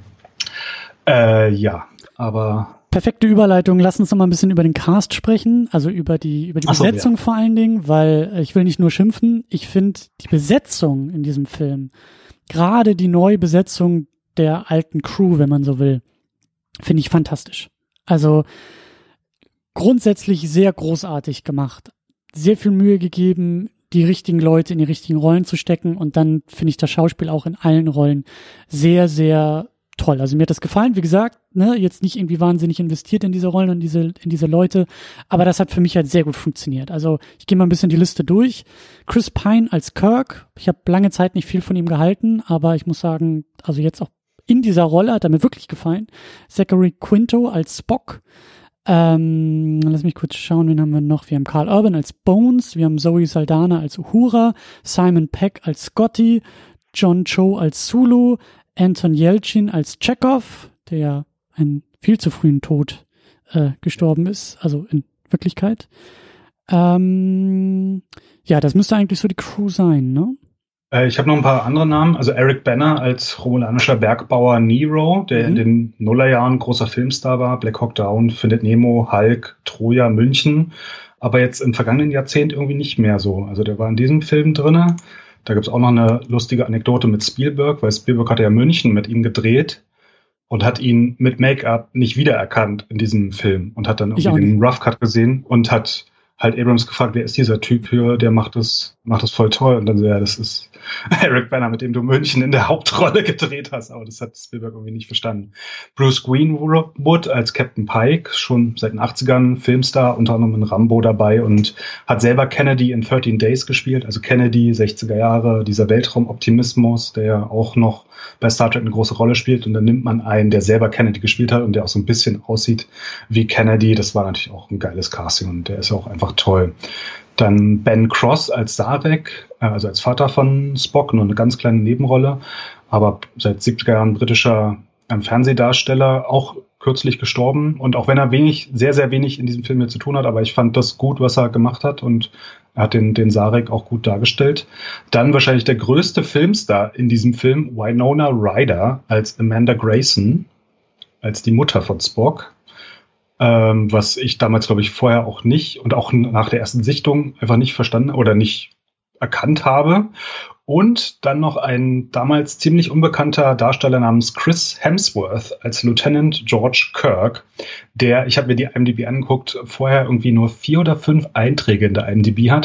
Äh, ja, aber... Perfekte Überleitung. Lass uns noch mal ein bisschen über den Cast sprechen, also über die über die so, Besetzung ja. vor allen Dingen, weil ich will nicht nur schimpfen. Ich finde die Besetzung in diesem Film, gerade die Neubesetzung der alten Crew, wenn man so will, finde ich fantastisch. Also grundsätzlich sehr großartig gemacht. Sehr viel Mühe gegeben, die richtigen Leute in die richtigen Rollen zu stecken und dann finde ich das Schauspiel auch in allen Rollen sehr, sehr toll. Also mir hat das gefallen, wie gesagt, ne, jetzt nicht irgendwie wahnsinnig investiert in diese Rollen und diese, in diese Leute, aber das hat für mich halt sehr gut funktioniert. Also ich gehe mal ein bisschen die Liste durch. Chris Pine als Kirk, ich habe lange Zeit nicht viel von ihm gehalten, aber ich muss sagen, also jetzt auch in dieser Rolle hat er mir wirklich gefallen. Zachary Quinto als Spock. Ähm, lass mich kurz schauen, wen haben wir noch? Wir haben Carl Urban als Bones, wir haben Zoe Saldana als Uhura, Simon Pegg als Scotty, John Cho als Sulu, Anton Yelchin als Chekhov, der ja einen viel zu frühen Tod äh, gestorben ist, also in Wirklichkeit. Ähm, ja, das müsste eigentlich so die Crew sein, ne? Ich habe noch ein paar andere Namen. Also Eric Banner als romulanischer Bergbauer Nero, der mhm. in den Nullerjahren großer Filmstar war. Black Hawk Down, Findet Nemo, Hulk, Troja, München. Aber jetzt im vergangenen Jahrzehnt irgendwie nicht mehr so. Also der war in diesem Film drinne. Da gibt's auch noch eine lustige Anekdote mit Spielberg, weil Spielberg hatte ja München mit ihm gedreht und hat ihn mit Make-up nicht wiedererkannt in diesem Film und hat dann irgendwie den Rough Cut gesehen und hat halt Abrams gefragt, wer ist dieser Typ hier, der macht das, macht das voll toll. Und dann so, ja, das ist Eric Banner, mit dem du München in der Hauptrolle gedreht hast. Aber das hat Spielberg irgendwie nicht verstanden. Bruce Greenwood als Captain Pike, schon seit den achtzigern, Filmstar, unter anderem in Rambo dabei und hat selber Kennedy in thirteen Days gespielt. Also Kennedy, sechziger Jahre, dieser Weltraumoptimismus, der ja auch noch bei Star Trek eine große Rolle spielt. Und dann nimmt man einen, der selber Kennedy gespielt hat und der auch so ein bisschen aussieht wie Kennedy. Das war natürlich auch ein geiles Casting und der ist ja auch einfach toll. Dann Ben Cross als Sarek, also als Vater von Spock, nur eine ganz kleine Nebenrolle, aber seit siebziger Jahren britischer ähm, Fernsehdarsteller, auch kürzlich gestorben. Und auch wenn er wenig, sehr, sehr wenig in diesem Film hier zu tun hat, aber ich fand das gut, was er gemacht hat und er hat den, den Sarek auch gut dargestellt. Dann wahrscheinlich der größte Filmstar in diesem Film, Winona Ryder als Amanda Grayson, als die Mutter von Spock. Ähm, was ich damals, glaube ich, vorher auch nicht und auch nach der ersten Sichtung einfach nicht verstanden oder nicht erkannt habe. Und dann noch ein damals ziemlich unbekannter Darsteller namens Chris Hemsworth als Lieutenant George Kirk, der, ich habe mir die I M D B angeguckt, vorher irgendwie nur vier oder fünf Einträge in der I M D B hat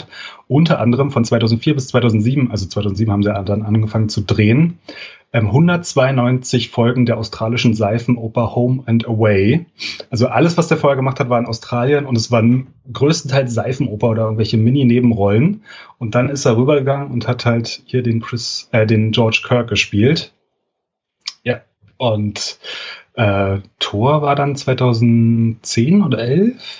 unter anderem von zweitausendvier bis zweitausendsieben, also zweitausendsieben haben sie dann angefangen zu drehen, ähm, hundertzweiundneunzig Folgen der australischen Seifenoper Home and Away. Also alles, was der vorher gemacht hat, war in Australien und es waren größtenteils Seifenoper oder irgendwelche Mini-Nebenrollen. Und dann ist er rübergegangen und hat halt hier den Chris, äh, den George Kirk gespielt. Ja, und äh, Thor war dann zweitausendzehn oder elf?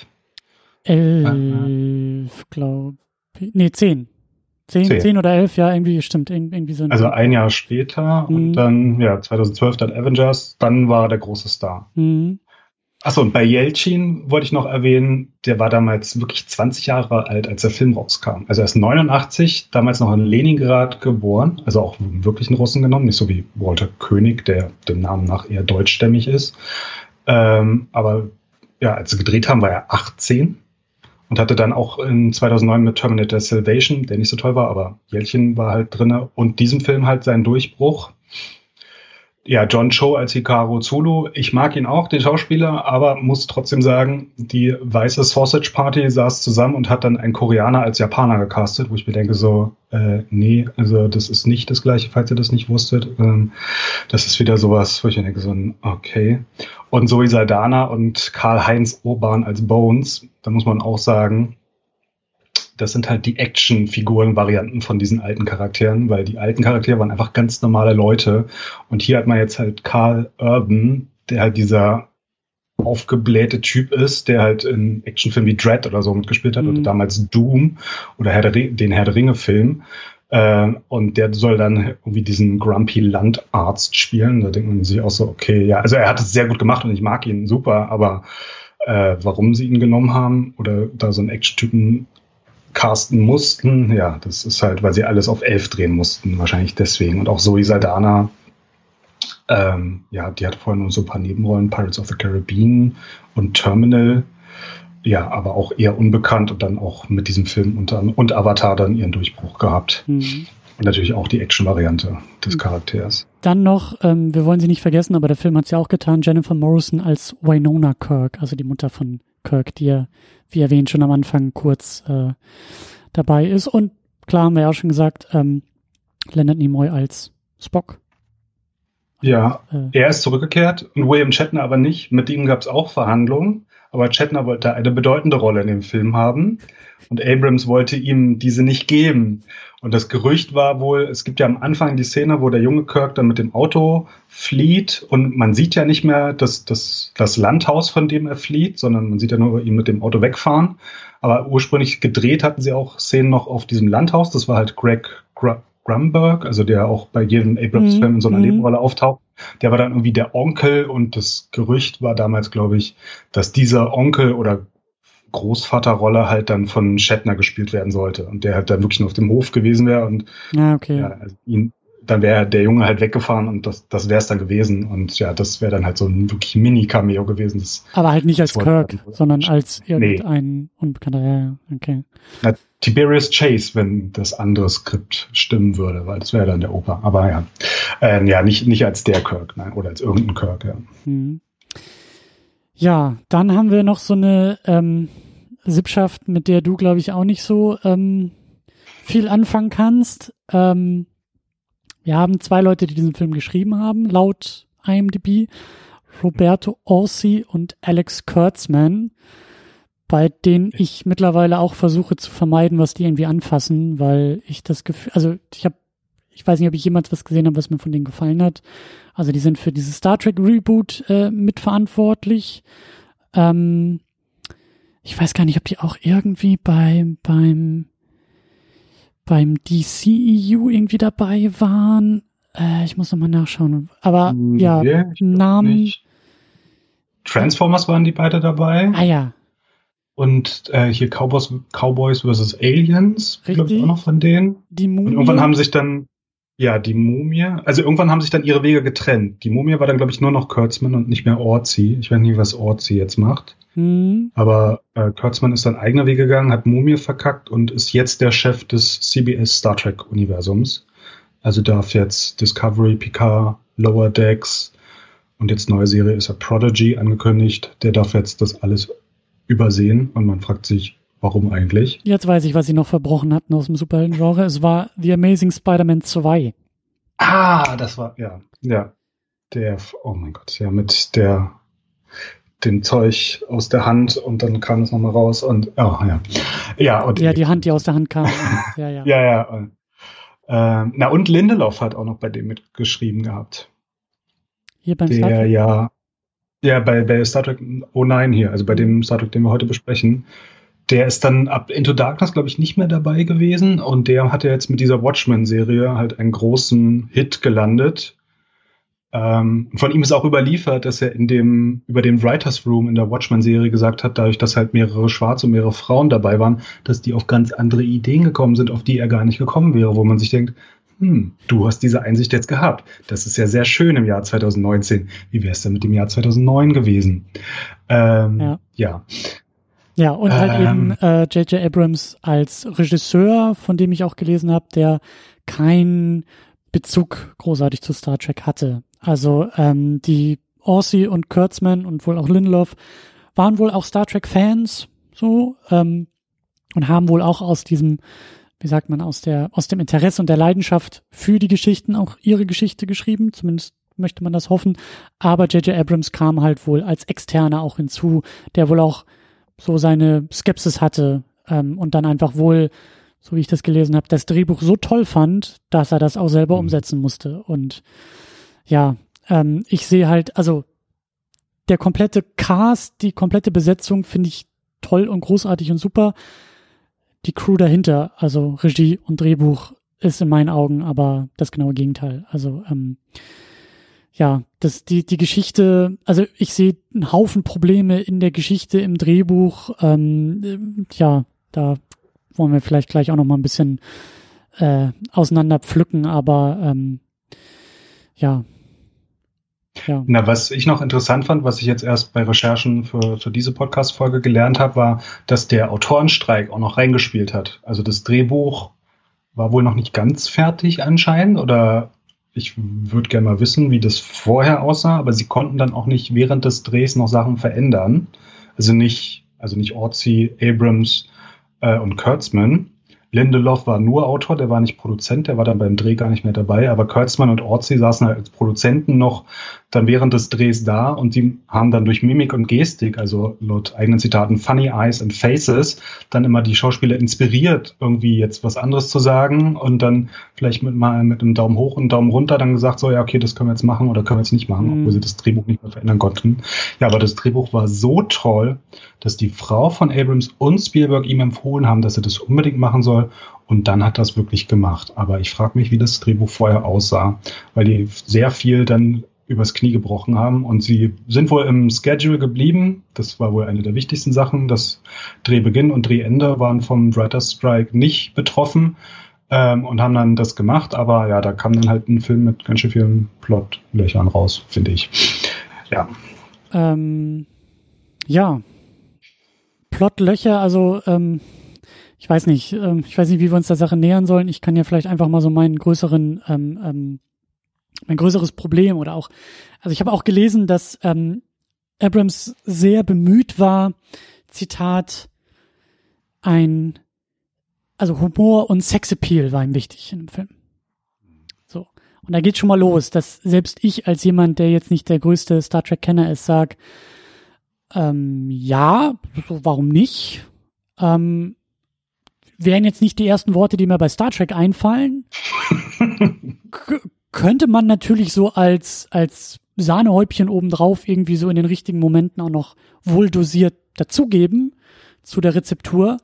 Elf, glaube ich. Nee, zehn. Zehn, zehn. zehn oder elf, ja, irgendwie stimmt. Irgendwie so ein also ein Jahr später mhm. und dann, ja, zweitausendzwölf dann Avengers, dann war er der große Star. Mhm. Achso, und bei Jeltsin wollte ich noch erwähnen, der war damals wirklich zwanzig Jahre alt, als der Film rauskam. Also er ist neunundachtzig, damals noch in Leningrad geboren, also auch wirklich einen Russen genommen, nicht so wie Walter König, der dem Namen nach eher deutschstämmig ist. Ähm, aber ja, als sie gedreht haben, war er achtzehn. Und hatte dann auch in zweitausendneun mit Terminator Salvation, der nicht so toll war, aber Jeltsin war halt drinne. Und diesem Film halt seinen Durchbruch. Ja, John Cho als Hikaru Zulu. Ich mag ihn auch, den Schauspieler, aber muss trotzdem sagen, die weiße Sausage Party saß zusammen und hat dann einen Koreaner als Japaner gecastet, wo ich mir denke so, äh, nee, also das ist nicht das Gleiche, falls ihr das nicht wusstet. Ähm, das ist wieder sowas, wo ich mir denke so, okay. Und Zoe Saldana und Karl-Heinz Urban als Bones, da muss man auch sagen, das sind halt die Action-Figuren-Varianten von diesen alten Charakteren, weil die alten Charaktere waren einfach ganz normale Leute. Und hier hat man jetzt halt Karl Urban, der halt dieser aufgeblähte Typ ist, der halt in Actionfilmen wie Dread oder so mitgespielt hat, mhm. oder damals Doom oder Herr der Ring, den Herr der Ringe-Film. Äh, und der soll dann irgendwie diesen Grumpy Landarzt spielen. Da denkt man sich auch so, okay, ja, also er hat es sehr gut gemacht und ich mag ihn super, aber äh, warum sie ihn genommen haben oder da so einen Action-Typen casten mussten, ja, das ist halt, weil sie alles auf elf drehen mussten, wahrscheinlich deswegen. Und auch Zoe Saldana, ähm, ja, die hatte vorher nur so ein paar Nebenrollen, Pirates of the Caribbean und Terminal, ja, aber auch eher unbekannt und dann auch mit diesem Film und, und Avatar dann ihren Durchbruch gehabt. Mhm. Und natürlich auch die Action-Variante des Charakters. Dann noch, ähm, wir wollen sie nicht vergessen, aber der Film hat es ja auch getan, Jennifer Morrison als Winona Kirk, also die Mutter von Kirk, die ja, wie erwähnt, schon am Anfang kurz äh, dabei ist. Und klar haben wir ja auch schon gesagt, ähm, Leonard Nimoy als Spock. Ja, äh, er ist zurückgekehrt und William Shatner aber nicht. Mit ihm gab es auch Verhandlungen, aber Shatner wollte eine bedeutende Rolle in dem Film haben und Abrams wollte ihm diese nicht geben. Und das Gerücht war wohl, es gibt ja am Anfang die Szene, wo der junge Kirk dann mit dem Auto flieht und man sieht ja nicht mehr das, das, das Landhaus, von dem er flieht, sondern man sieht ja nur ihn mit dem Auto wegfahren. Aber ursprünglich gedreht hatten sie auch Szenen noch auf diesem Landhaus. Das war halt Greg Gr- Grunberg, also der auch bei jedem Abrams-Film in so einer Nebenrolle auftaucht. Der war dann irgendwie der Onkel und das Gerücht war damals, glaube ich, dass dieser Onkel oder Großvaterrolle halt dann von Shatner gespielt werden sollte und der halt dann wirklich nur auf dem Hof gewesen wäre und ah, okay. ja, also ihn, dann wäre der Junge halt weggefahren und das, das wäre es dann gewesen und ja, das wäre dann halt so ein wirklich Mini-Cameo gewesen. Das, aber halt nicht als Kirk, sondern als irgendein nee. Unbekannter, ja, okay. Na, Tiberius Chase, wenn das andere Skript stimmen würde, weil das wäre dann der Opa, aber ja, äh, ja, nicht, nicht als der Kirk, nein, oder als irgendein Kirk, ja. Mhm. Ja, dann haben wir noch so eine ähm, Sippschaft, mit der du, glaube ich, auch nicht so ähm, viel anfangen kannst. Ähm, wir haben zwei Leute, die diesen Film geschrieben haben, laut I M D B. Roberto Orci und Alex Kurtzman, bei denen ich mittlerweile auch versuche zu vermeiden, was die irgendwie anfassen, weil ich das Gefühl, also ich habe, ich weiß nicht, ob ich jemals was gesehen habe, was mir von denen gefallen hat. Also die sind für dieses Star Trek Reboot äh, mitverantwortlich. Ähm, ich weiß gar nicht, ob die auch irgendwie bei, beim beim D C E U irgendwie dabei waren. Äh, ich muss nochmal nachschauen. Aber nee, ja, Namen. Nicht. Transformers waren die beide dabei. Ah ja. Und äh, hier Cowboys, Cowboys versus Aliens, glaube ich auch noch von denen. Die Mumie. Und irgendwann haben sich dann Ja, die Mumie. Also irgendwann haben sich dann ihre Wege getrennt. Die Mumie war dann, glaube ich, nur noch Kurtzman und nicht mehr Orci. Ich weiß nicht, was Orci jetzt macht. Mhm. Aber äh, Kurtzman ist dann eigener Weg gegangen, hat Mumie verkackt und ist jetzt der Chef des C B S Star Trek Universums. Also darf jetzt Discovery, Picard, Lower Decks und jetzt neue Serie ist ja Prodigy angekündigt. Der darf jetzt das alles übersehen und man fragt sich, Warum eigentlich? Jetzt weiß ich, was sie noch verbrochen hatten aus dem Superhelden-Genre. Es war The Amazing Spider-Man zwei. Ah, das war, ja, ja. Der, oh mein Gott, ja, mit der, dem Zeug aus der Hand und dann kam es nochmal raus und, oh, ja. Ja, und ja, die Hand, die aus der Hand kam. ja, ja. ja, ja. Und, ähm, na, und Lindelof hat auch noch bei dem mitgeschrieben gehabt. Hier beim der, Star Trek? Ja, ja, bei, bei Star Trek oh nein hier, also bei mhm. dem Star Trek, den wir heute besprechen. Der ist dann ab Into Darkness, glaube ich, nicht mehr dabei gewesen. Und der hat ja jetzt mit dieser Watchmen-Serie halt einen großen Hit gelandet. Ähm, von ihm ist auch überliefert, dass er in dem, über den Writers Room in der Watchmen-Serie gesagt hat, dadurch, dass halt mehrere Schwarze und mehrere Frauen dabei waren, dass die auf ganz andere Ideen gekommen sind, auf die er gar nicht gekommen wäre, wo man sich denkt, hm, du hast diese Einsicht jetzt gehabt. Das ist ja sehr schön im Jahr zwanzig neunzehn. Wie wäre es denn mit dem Jahr zweitausendneun gewesen? Ähm, ja. ja. Ja, und halt ähm, eben äh, J J Abrams als Regisseur, von dem ich auch gelesen habe, der keinen Bezug großartig zu Star Trek hatte. Also ähm, die Orci und Kurtzman und wohl auch Lindelof waren wohl auch Star Trek-Fans so ähm, und haben wohl auch aus diesem, wie sagt man, aus der aus dem Interesse und der Leidenschaft für die Geschichten auch ihre Geschichte geschrieben, zumindest möchte man das hoffen. Aber J J Abrams kam halt wohl als Externer auch hinzu, der wohl auch so seine Skepsis hatte ähm, und dann einfach wohl, so wie ich das gelesen habe, das Drehbuch so toll fand, dass er das auch selber mhm. umsetzen musste. Und ja, ähm, ich sehe halt, also der komplette Cast, die komplette Besetzung finde ich toll und großartig und super. Die Crew dahinter, also Regie und Drehbuch, ist in meinen Augen aber das genaue Gegenteil. Also ähm, ja, das, die, die Geschichte, also ich sehe einen Haufen Probleme in der Geschichte, im Drehbuch, ähm, ja, da wollen wir vielleicht gleich auch noch mal ein bisschen äh, auseinander pflücken, aber ähm, ja. ja. Na, was ich noch interessant fand, was ich jetzt erst bei Recherchen für, für diese Podcast-Folge gelernt habe, war, dass der Autorenstreik auch noch reingespielt hat. Also das Drehbuch war wohl noch nicht ganz fertig anscheinend oder ich würde gerne mal wissen, wie das vorher aussah, aber sie konnten dann auch nicht während des Drehs noch Sachen verändern. Also nicht, also nicht Orci, Abrams äh, und Kurtzman. Lindelof war nur Autor, der war nicht Produzent, der war dann beim Dreh gar nicht mehr dabei, aber Kurtzman und Orci saßen halt als Produzenten noch dann während des Drehs da und die haben dann durch Mimik und Gestik, also laut eigenen Zitaten Funny Eyes and Faces, dann immer die Schauspieler inspiriert, irgendwie jetzt was anderes zu sagen und dann vielleicht mit mal mit einem Daumen hoch und einem Daumen runter dann gesagt, so ja, okay, das können wir jetzt machen oder können wir jetzt nicht machen, mhm. obwohl sie das Drehbuch nicht mehr verändern konnten. Ja, aber das Drehbuch war so toll, dass die Frau von Abrams und Spielberg ihm empfohlen haben, dass er das unbedingt machen soll. Und dann hat das wirklich gemacht. Aber ich frage mich, wie das Drehbuch vorher aussah, weil die sehr viel dann übers Knie gebrochen haben. Und sie sind wohl im Schedule geblieben. Das war wohl eine der wichtigsten Sachen. Das Drehbeginn und Drehende waren vom Writers Strike nicht betroffen ähm, und haben dann das gemacht. Aber ja, da kam dann halt ein Film mit ganz schön vielen Plotlöchern raus, finde ich. Ja. Ähm, ja. Plotlöcher, also ähm ich weiß nicht, ähm, ich weiß nicht, wie wir uns der Sache nähern sollen. Ich kann ja vielleicht einfach mal so meinen größeren, ähm, ähm, mein größeres Problem oder auch, also ich habe auch gelesen, dass ähm, Abrams sehr bemüht war, Zitat, ein, also Humor und Sexappeal war ihm wichtig in dem Film. So. Und da geht schon mal los, dass selbst ich als jemand, der jetzt nicht der größte Star Trek-Kenner ist, sag, ähm, ja, so, warum nicht? Ähm, wären jetzt nicht die ersten Worte, die mir bei Star Trek einfallen. K- könnte man natürlich so als, als Sahnehäubchen obendrauf irgendwie so in den richtigen Momenten auch noch wohl dosiert dazugeben zu der Rezeptur.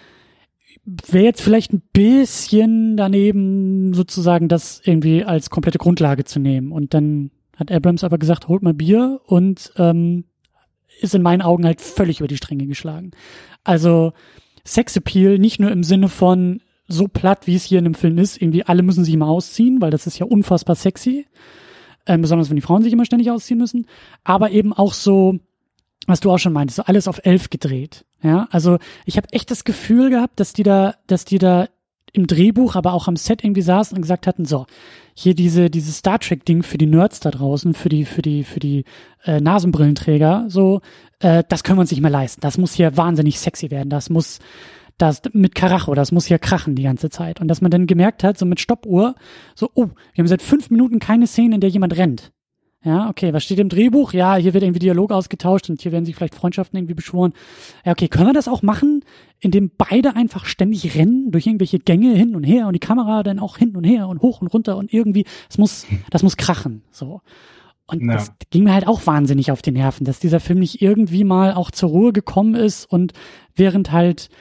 Wäre jetzt vielleicht ein bisschen daneben, sozusagen das irgendwie als komplette Grundlage zu nehmen. Und dann hat Abrams aber gesagt, holt mal Bier und ähm, ist in meinen Augen halt völlig über die Stränge geschlagen. Also Sexappeal nicht nur im Sinne von so platt, wie es hier in dem Film ist, irgendwie alle müssen sich immer ausziehen, weil das ist ja unfassbar sexy, ähm, besonders wenn die Frauen sich immer ständig ausziehen müssen, aber eben auch so, was du auch schon meintest, so alles auf elf gedreht. Ja, also ich habe echt das Gefühl gehabt, dass die da, dass die da im Drehbuch, aber auch am Set irgendwie saßen und gesagt hatten, so, hier diese, dieses Star Trek Ding für die Nerds da draußen, für die, für die, für die äh, Nasenbrillenträger, so, äh, das können wir uns nicht mehr leisten. Das muss hier wahnsinnig sexy werden. Das muss, das mit Karacho, das muss hier krachen die ganze Zeit. Und dass man dann gemerkt hat, so mit Stoppuhr, so, oh, wir haben seit fünf Minuten keine Szene, in der jemand rennt. Ja, okay, was steht im Drehbuch? Ja, hier wird irgendwie Dialog ausgetauscht und hier werden sich vielleicht Freundschaften irgendwie beschworen. Ja, okay, können wir das auch machen, indem beide einfach ständig rennen durch irgendwelche Gänge hin und her und die Kamera dann auch hin und her und hoch und runter und irgendwie, es muss, das muss krachen, so. Und ja. Das ging mir halt auch wahnsinnig auf die Nerven, dass dieser Film nicht irgendwie mal auch zur Ruhe gekommen ist und während halt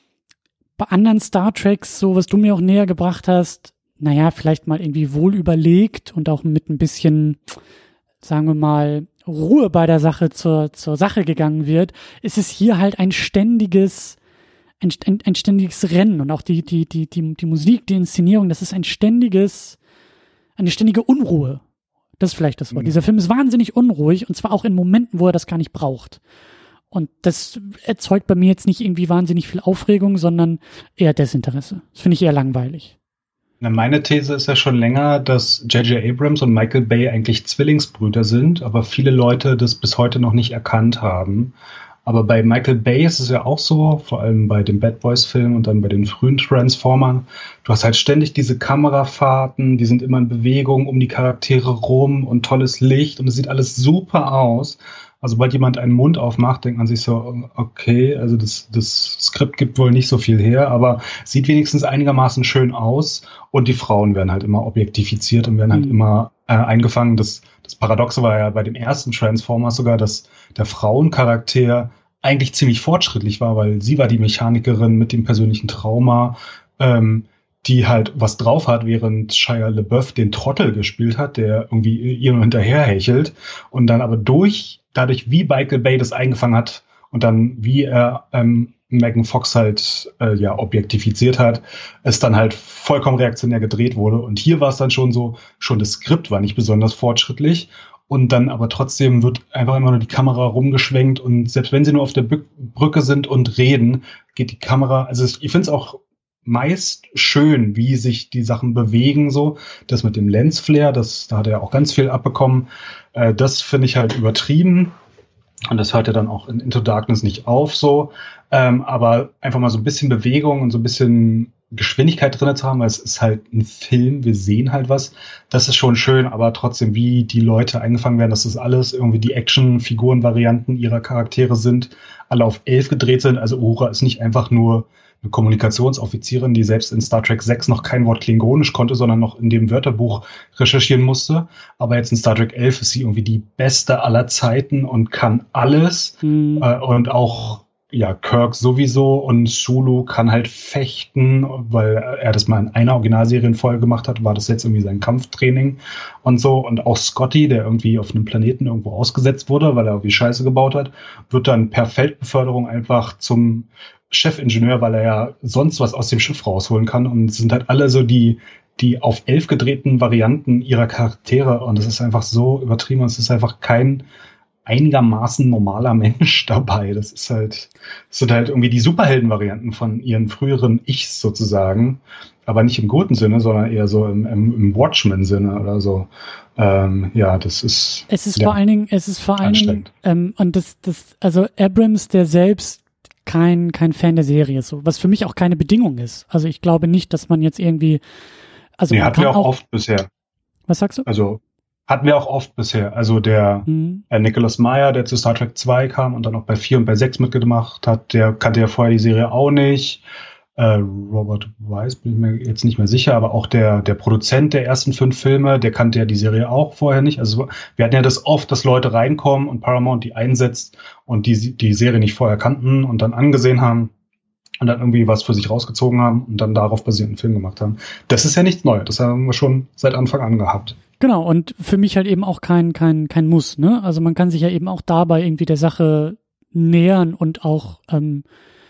bei anderen Star Treks, so was du mir auch näher gebracht hast, naja, vielleicht mal irgendwie wohl überlegt und auch mit ein bisschen, sagen wir mal, Ruhe bei der Sache zur, zur Sache gegangen wird, ist es hier halt ein ständiges, ein, ein, ein ständiges Rennen und auch die, die, die, die, die Musik, die Inszenierung, das ist ein ständiges, eine ständige Unruhe. Das ist vielleicht das Wort. Mhm. Dieser Film ist wahnsinnig unruhig und zwar auch in Momenten, wo er das gar nicht braucht. Und das erzeugt bei mir jetzt nicht irgendwie wahnsinnig viel Aufregung, sondern eher Desinteresse. Das finde ich eher langweilig. Na, meine These ist ja schon länger, dass J J Abrams und Michael Bay eigentlich Zwillingsbrüder sind, aber viele Leute das bis heute noch nicht erkannt haben. Aber bei Michael Bay ist es ja auch so, vor allem bei dem Bad Boys-Film und dann bei den frühen Transformern. Du hast halt ständig diese Kamerafahrten, die sind immer in Bewegung um die Charaktere rum und tolles Licht und es sieht alles super aus. Also sobald jemand einen Mund aufmacht, denkt man sich so, okay, also das, das Skript gibt wohl nicht so viel her, aber sieht wenigstens einigermaßen schön aus und die Frauen werden halt immer objektifiziert und werden halt mhm. immer äh, eingefangen. Das, das Paradoxe war ja bei dem ersten Transformers sogar, dass der Frauencharakter eigentlich ziemlich fortschrittlich war, weil sie war die Mechanikerin mit dem persönlichen Trauma, ähm, die halt was drauf hat, während Shia LaBeouf den Trottel gespielt hat, der irgendwie ihr nur hinterherhechelt und dann aber durch, dadurch wie Michael Bay das eingefangen hat und dann wie er ähm, Megan Fox halt äh, ja objektifiziert hat, es dann halt vollkommen reaktionär gedreht wurde und hier war es dann schon so, schon das Skript war nicht besonders fortschrittlich und dann aber trotzdem wird einfach immer nur die Kamera rumgeschwenkt und selbst wenn sie nur auf der Bü- Brücke sind und reden, geht die Kamera, also ich finde es auch meist schön, wie sich die Sachen bewegen, so. Das mit dem Lensflare, das, da hat er ja auch ganz viel abbekommen. Äh, das finde ich halt übertrieben. Und das hört ja dann auch in Into Darkness nicht auf, so. Ähm, aber einfach mal so ein bisschen Bewegung und so ein bisschen Geschwindigkeit drin zu haben, weil es ist halt ein Film, wir sehen halt was. Das ist schon schön, aber trotzdem, wie die Leute eingefangen werden, dass das alles irgendwie die Action-Figuren-Varianten ihrer Charaktere sind, alle auf elf gedreht sind. Also Uhura ist nicht einfach nur eine Kommunikationsoffizierin, die selbst in Star Trek sechs noch kein Wort Klingonisch konnte, sondern noch in dem Wörterbuch recherchieren musste. Aber jetzt in Star Trek elf ist sie irgendwie die beste aller Zeiten und kann alles. Mhm. Äh, und auch ja, Kirk sowieso und Sulu kann halt fechten, weil er das mal in einer Originalserienfolge gemacht hat, war das jetzt irgendwie sein Kampftraining und so. Und auch Scotty, der irgendwie auf einem Planeten irgendwo ausgesetzt wurde, weil er irgendwie Scheiße gebaut hat, wird dann per Feldbeförderung einfach zum Chefingenieur, weil er ja sonst was aus dem Schiff rausholen kann. Und es sind halt alle so die, die auf elf gedrehten Varianten ihrer Charaktere. Und es ist einfach so übertrieben. Und es ist einfach kein einigermaßen normaler Mensch dabei. Das ist halt, das sind halt irgendwie die Superhelden-Varianten von ihren früheren Ichs sozusagen. Aber nicht im guten Sinne, sondern eher so im, im, im Watchmen-Sinne oder so. Ähm, ja, das ist. Es ist ja, vor allen Dingen, es ist vor allen Dingen, ähm, und das, das, also Abrams, der selbst kein, kein Fan der Serie ist, so, was für mich auch keine Bedingung ist. Also ich glaube nicht, dass man jetzt irgendwie, also nee, man hatten kann wir auch, auch oft bisher. Was sagst du? Also, hatten wir auch oft bisher. Also der mhm. äh, Nicholas Meyer, der zu Star Trek zwei kam und dann auch bei vier und bei sechs mitgemacht hat, der kannte ja vorher die Serie auch nicht. Äh, Robert Weiss, bin ich mir jetzt nicht mehr sicher, aber auch der, der Produzent der ersten fünf Filme, der kannte ja die Serie auch vorher nicht. Also wir hatten ja das oft, dass Leute reinkommen und Paramount die einsetzt und die die Serie nicht vorher kannten und dann angesehen haben und dann irgendwie was für sich rausgezogen haben und dann darauf basierend einen Film gemacht haben. Das ist ja nichts Neues, das haben wir schon seit Anfang an gehabt. Genau, und für mich halt eben auch kein, kein, kein Muss, ne? Also man kann sich ja eben auch dabei irgendwie der Sache nähern und auch, ähm,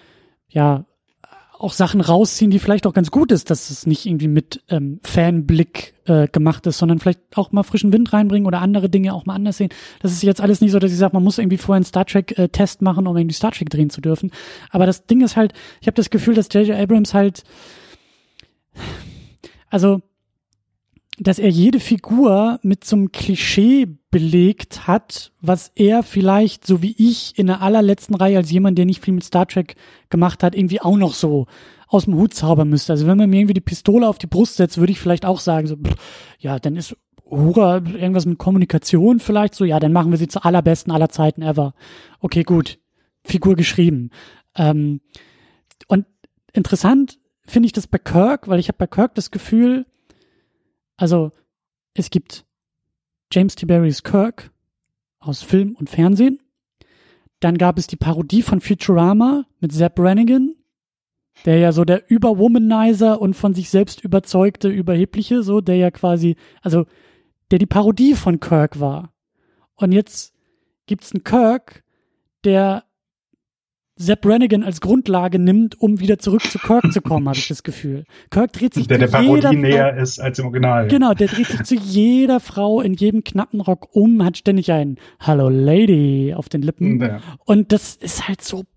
ja, auch Sachen rausziehen, die vielleicht auch ganz gut ist, dass es nicht irgendwie mit ähm, Fanblick äh, gemacht ist, sondern vielleicht auch mal frischen Wind reinbringen oder andere Dinge auch mal anders sehen. Das ist jetzt alles nicht so, dass ich sage, man muss irgendwie vorher einen Star Trek-Test äh, machen, um irgendwie Star Trek drehen zu dürfen. Aber das Ding ist halt, ich habe das Gefühl, dass J J Abrams halt also, dass er jede Figur mit so einem Klischee belegt hat, was er vielleicht, so wie ich, in der allerletzten Reihe als jemand, der nicht viel mit Star Trek gemacht hat, irgendwie auch noch so aus dem Hut zaubern müsste. Also wenn man mir irgendwie die Pistole auf die Brust setzt, würde ich vielleicht auch sagen, so, pff, ja, dann ist Uhura irgendwas mit Kommunikation vielleicht so, ja, dann machen wir sie zur allerbesten aller Zeiten ever. Okay, gut. Figur geschrieben. Ähm, und interessant finde ich das bei Kirk, weil ich habe bei Kirk das Gefühl, also es gibt James Tiberius Kirk aus Film und Fernsehen. Dann gab es die Parodie von Futurama mit Zap Brannigan, der ja so der Überwomanizer und von sich selbst überzeugte, überhebliche, so, der ja quasi, also der die Parodie von Kirk war. Und jetzt gibt's einen Kirk, der Zap Brannigan als Grundlage nimmt, um wieder zurück zu Kirk zu kommen, habe ich das Gefühl. Kirk dreht sich der zu der jeder Parodie näher Frau, ist als im Original. Genau, der dreht sich zu jeder Frau in jedem knappen Rock um, hat ständig ein Hello Lady auf den Lippen. Ja. Und das ist halt so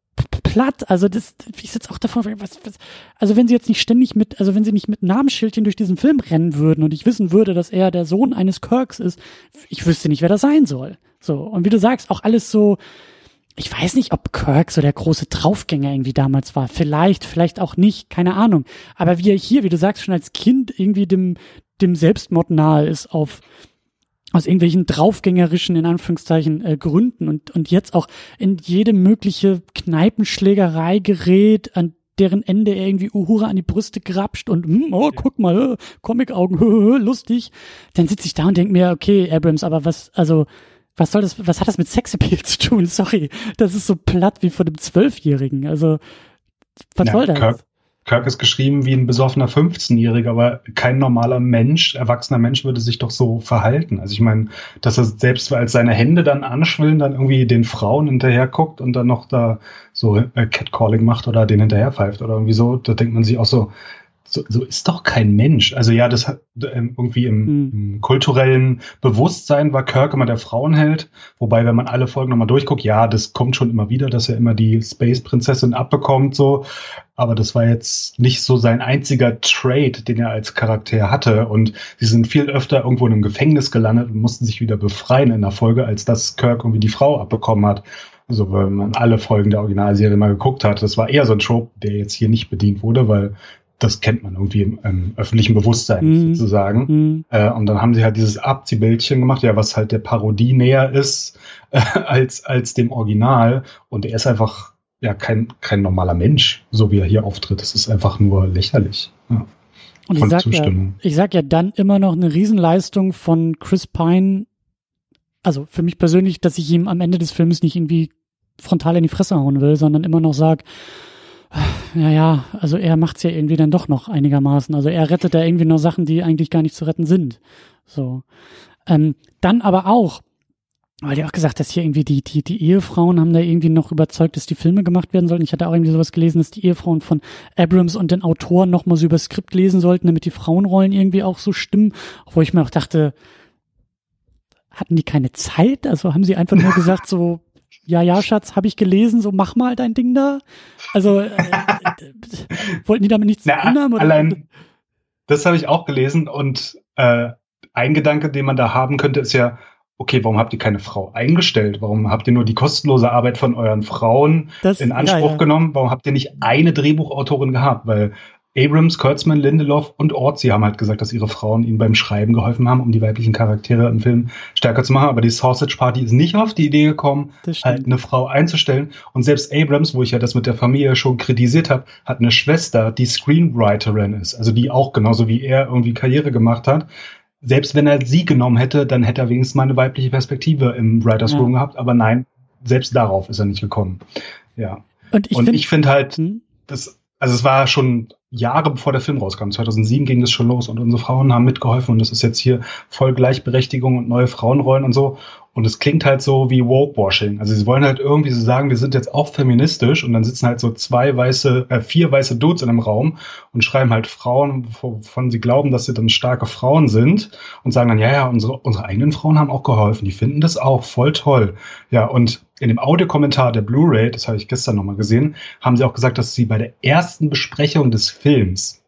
platt. Also das, ich sitze auch davor, was, was, also wenn sie jetzt nicht ständig mit, also wenn sie nicht mit Namensschildchen durch diesen Film rennen würden und ich wissen würde, dass er der Sohn eines Kirks ist, ich wüsste nicht, wer das sein soll. So. Und wie du sagst, auch alles so, ich weiß nicht, ob Kirk so der große Draufgänger irgendwie damals war. Vielleicht, vielleicht auch nicht, keine Ahnung. Aber wie er hier, wie du sagst, schon als Kind irgendwie dem, dem Selbstmord nahe ist auf, aus irgendwelchen draufgängerischen, in Anführungszeichen, äh, Gründen und, und jetzt auch in jede mögliche Kneipenschlägerei gerät, an deren Ende er irgendwie Uhura an die Brüste grapscht und, hm, oh, guck mal, äh, Comic-Augen, lustig. Dann sitze ich da und denke mir, okay, Abrams, aber was, also, Was soll das, was hat das mit Sexappeal zu tun? Sorry, das ist so platt wie von einem Zwölfjährigen. Also, was ja, soll das? Kirk, Kirk ist geschrieben wie ein besoffener fünfzehnjähriger, aber kein normaler Mensch, erwachsener Mensch würde sich doch so verhalten. Also ich meine, dass er selbst als seine Hände dann anschwillen, dann irgendwie den Frauen hinterher guckt und dann noch da so äh, Catcalling macht oder den hinterher pfeift oder irgendwie so, da denkt man sich auch so, So, so ist doch kein Mensch. Also ja, das hat ähm, irgendwie im, hm. im kulturellen Bewusstsein war Kirk immer der Frauenheld. Wobei, wenn man alle Folgen nochmal durchguckt, ja, das kommt schon immer wieder, dass er immer die Space-Prinzessin abbekommt, so. Aber das war jetzt nicht so sein einziger Trait, den er als Charakter hatte. Und sie sind viel öfter irgendwo in einem Gefängnis gelandet und mussten sich wieder befreien in der Folge, als dass Kirk irgendwie die Frau abbekommen hat. Also wenn man alle Folgen der Originalserie mal geguckt hat, das war eher so ein Trope, der jetzt hier nicht bedient wurde, weil das kennt man irgendwie im, im öffentlichen Bewusstsein mm. sozusagen. Mm. Äh, und dann haben sie halt dieses Abziehbildchen gemacht, ja, was halt der Parodie näher ist äh, als als dem Original. Und er ist einfach ja kein kein normaler Mensch, so wie er hier auftritt. Das ist einfach nur lächerlich. Ja. Und ich sag, ja, ich sag ja dann immer noch eine Riesenleistung von Chris Pine. Also für mich persönlich, dass ich ihm am Ende des Films nicht irgendwie frontal in die Fresse hauen will, sondern immer noch sag, ja, ja, also er macht's ja irgendwie dann doch noch einigermaßen. Also er rettet da irgendwie noch Sachen, die eigentlich gar nicht zu retten sind. So. Ähm, dann aber auch, weil du auch gesagt hast, hier irgendwie die, die, die Ehefrauen haben da irgendwie noch überzeugt, dass die Filme gemacht werden sollten. Ich hatte auch irgendwie sowas gelesen, dass die Ehefrauen von Abrams und den Autoren noch mal so über Skript lesen sollten, damit die Frauenrollen irgendwie auch so stimmen. Wo ich mir auch dachte, hatten die keine Zeit? Also haben sie einfach nur gesagt so, ja, ja, Schatz, habe ich gelesen, so mach mal dein Ding da. Also äh, wollten die damit nichts zu tun haben? Oder? Allein, das habe ich auch gelesen und äh, ein Gedanke, den man da haben könnte, ist ja, okay, warum habt ihr keine Frau eingestellt? Warum habt ihr nur die kostenlose Arbeit von euren Frauen das, in Anspruch ja, ja. genommen? Warum habt ihr nicht eine Drehbuchautorin gehabt? Weil Abrams, Kurtzman, Lindelof und Orci haben halt gesagt, dass ihre Frauen ihnen beim Schreiben geholfen haben, um die weiblichen Charaktere im Film stärker zu machen. Aber die Sausage Party ist nicht auf die Idee gekommen, halt eine Frau einzustellen. Und selbst Abrams, wo ich ja das mit der Familie schon kritisiert habe, hat eine Schwester, die Screenwriterin ist. Also die auch genauso wie er irgendwie Karriere gemacht hat. Selbst wenn er sie genommen hätte, dann hätte er wenigstens mal eine weibliche Perspektive im Writers Room ja. gehabt. Aber nein, selbst darauf ist er nicht gekommen. Ja. Und ich finde find halt, hm? das, also es war schon Jahre bevor der Film rauskam. zweitausendsieben ging das schon los und unsere Frauen haben mitgeholfen und das ist jetzt hier voll Gleichberechtigung und neue Frauenrollen und so. Und es klingt halt so wie Woke-Washing. Also sie wollen halt irgendwie so sagen, wir sind jetzt auch feministisch und dann sitzen halt so zwei weiße, äh, vier weiße Dudes in einem Raum und schreiben halt Frauen, wovon sie glauben, dass sie dann starke Frauen sind und sagen dann, ja, ja, unsere, unsere eigenen Frauen haben auch geholfen. Die finden das auch voll toll. Ja, und in dem Audiokommentar der Blu-ray, das habe ich gestern nochmal gesehen, haben sie auch gesagt, dass sie bei der ersten Besprechung des Films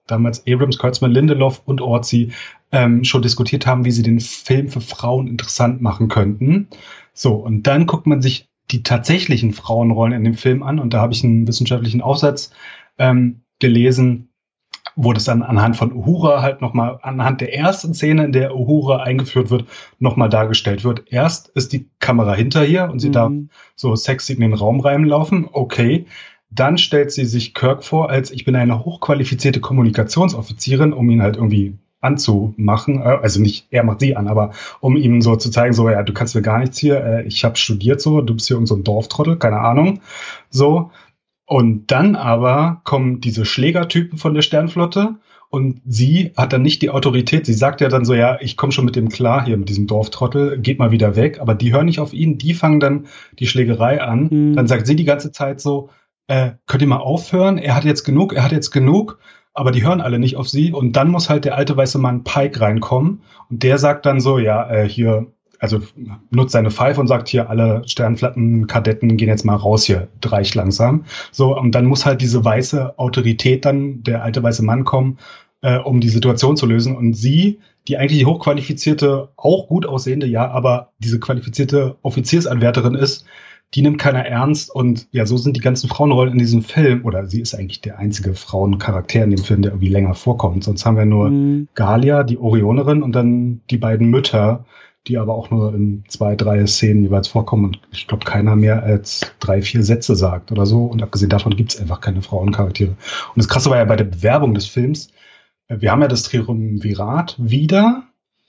damals Abrams, Kurtzman, Lindelof und Orci ähm, schon diskutiert haben, wie sie den Film für Frauen interessant machen könnten. So, und dann guckt man sich die tatsächlichen Frauenrollen in dem Film an und da habe ich einen wissenschaftlichen Aufsatz ähm, gelesen, wo das dann anhand von Uhura halt nochmal, anhand der ersten Szene, in der Uhura eingeführt wird, nochmal dargestellt wird. Erst ist die Kamera hinter ihr und sie mhm. darf so sexy in den Raum reinlaufen, okay. Dann stellt sie sich Kirk vor, als ich bin eine hochqualifizierte Kommunikationsoffizierin, um ihn halt irgendwie anzumachen. Also nicht, er macht sie an, aber um ihm so zu zeigen, so, ja, du kannst mir gar nichts hier, ich habe studiert so, du bist hier irgend so ein Dorftrottel, keine Ahnung. So. Und dann aber kommen diese Schlägertypen von der Sternflotte und sie hat dann nicht die Autorität. Sie sagt ja dann so, ja, ich komme schon mit dem klar hier, mit diesem Dorftrottel, geht mal wieder weg. Aber die hören nicht auf ihn, die fangen dann die Schlägerei an. Mhm. Dann sagt sie die ganze Zeit so, äh, könnt ihr mal aufhören? Er hat jetzt genug, er hat jetzt genug. Aber die hören alle nicht auf sie. Und dann muss halt der alte weiße Mann Pike reinkommen. Und der sagt dann so, ja, äh, hier, also nutzt seine Pfeife und sagt hier, alle Sternflotten-Kadetten gehen jetzt mal raus hier, reicht langsam. So, und dann muss halt diese weiße Autorität dann, der alte weiße Mann kommen, äh, um die Situation zu lösen. Und sie, die eigentlich die hochqualifizierte, auch gut aussehende, ja, aber diese qualifizierte Offiziersanwärterin ist, die nimmt keiner ernst. Und ja, so sind die ganzen Frauenrollen in diesem Film, oder sie ist eigentlich der einzige Frauencharakter in dem Film, der irgendwie länger vorkommt. Sonst haben wir nur mhm. Galia, die Orionerin, und dann die beiden Mütter, die aber auch nur in zwei, drei Szenen jeweils vorkommen und ich glaube, keiner mehr als drei, vier Sätze sagt oder so. Und abgesehen davon gibt es einfach keine Frauencharaktere. Und das Krasse war ja bei der Bewerbung des Films, wir haben ja das Triumvirat wieder,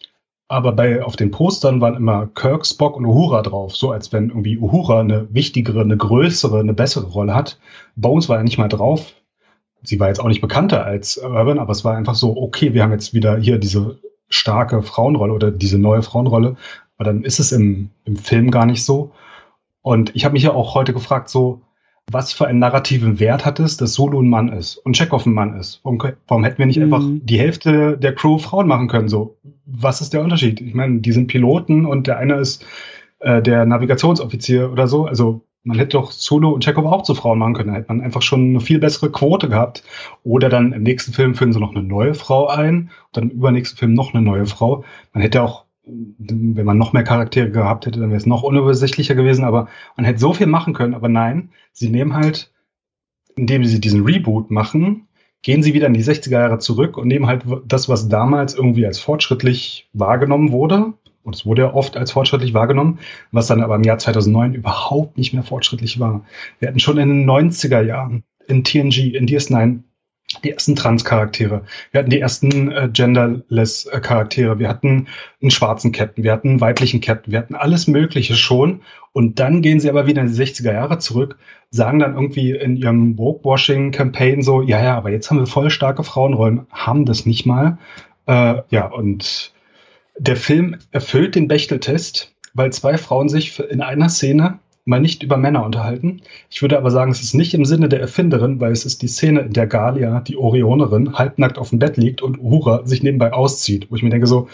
aber bei auf den Postern waren immer Kirk, Spock und Uhura drauf, so als wenn irgendwie Uhura eine wichtigere, eine größere, eine bessere Rolle hat. Bones war ja nicht mal drauf. Sie war jetzt auch nicht bekannter als Urban, aber es war einfach so, okay, wir haben jetzt wieder hier diese starke Frauenrolle oder diese neue Frauenrolle, aber dann ist es im, im Film gar nicht so. Und ich habe mich ja auch heute gefragt, so, was für einen narrativen Wert hat es, dass Sulu ein Mann ist und Chekhov ein Mann ist? Warum, warum hätten wir nicht mhm. einfach die Hälfte der Crew Frauen machen können? So, was ist der Unterschied? Ich meine, die sind Piloten und der eine ist äh, der Navigationsoffizier oder so. Also man hätte doch Sulu und Chekhov auch zu Frauen machen können. Da hätte man einfach schon eine viel bessere Quote gehabt. Oder dann im nächsten Film führen sie noch eine neue Frau ein und dann im übernächsten Film noch eine neue Frau. Man hätte auch, wenn man noch mehr Charaktere gehabt hätte, dann wäre es noch unübersichtlicher gewesen. Aber man hätte so viel machen können. Aber nein, sie nehmen halt, indem sie diesen Reboot machen, gehen sie wieder in die sechziger Jahre zurück und nehmen halt das, was damals irgendwie als fortschrittlich wahrgenommen wurde. Und es wurde ja oft als fortschrittlich wahrgenommen, was dann aber im Jahr zweitausendneun überhaupt nicht mehr fortschrittlich war. Wir hatten schon in den neunziger Jahren in T N G, in D S neun, die ersten Trans-Charaktere. Wir hatten die ersten äh, Genderless-Charaktere. Wir hatten einen schwarzen Captain, wir hatten einen weiblichen Captain, wir hatten alles Mögliche schon. Und dann gehen sie aber wieder in die sechziger Jahre zurück, sagen dann irgendwie in ihrem Woke-Washing-Campaign so, ja, ja, aber jetzt haben wir voll starke Frauenrollen, haben das nicht mal. Äh, ja, und der Film erfüllt den Bechdel-Test, weil zwei Frauen sich in einer Szene mal nicht über Männer unterhalten. Ich würde aber sagen, es ist nicht im Sinne der Erfinderin, weil es ist die Szene, in der Galia, die Orionerin, halbnackt auf dem Bett liegt und Uhura sich nebenbei auszieht. Wo ich mir denke so,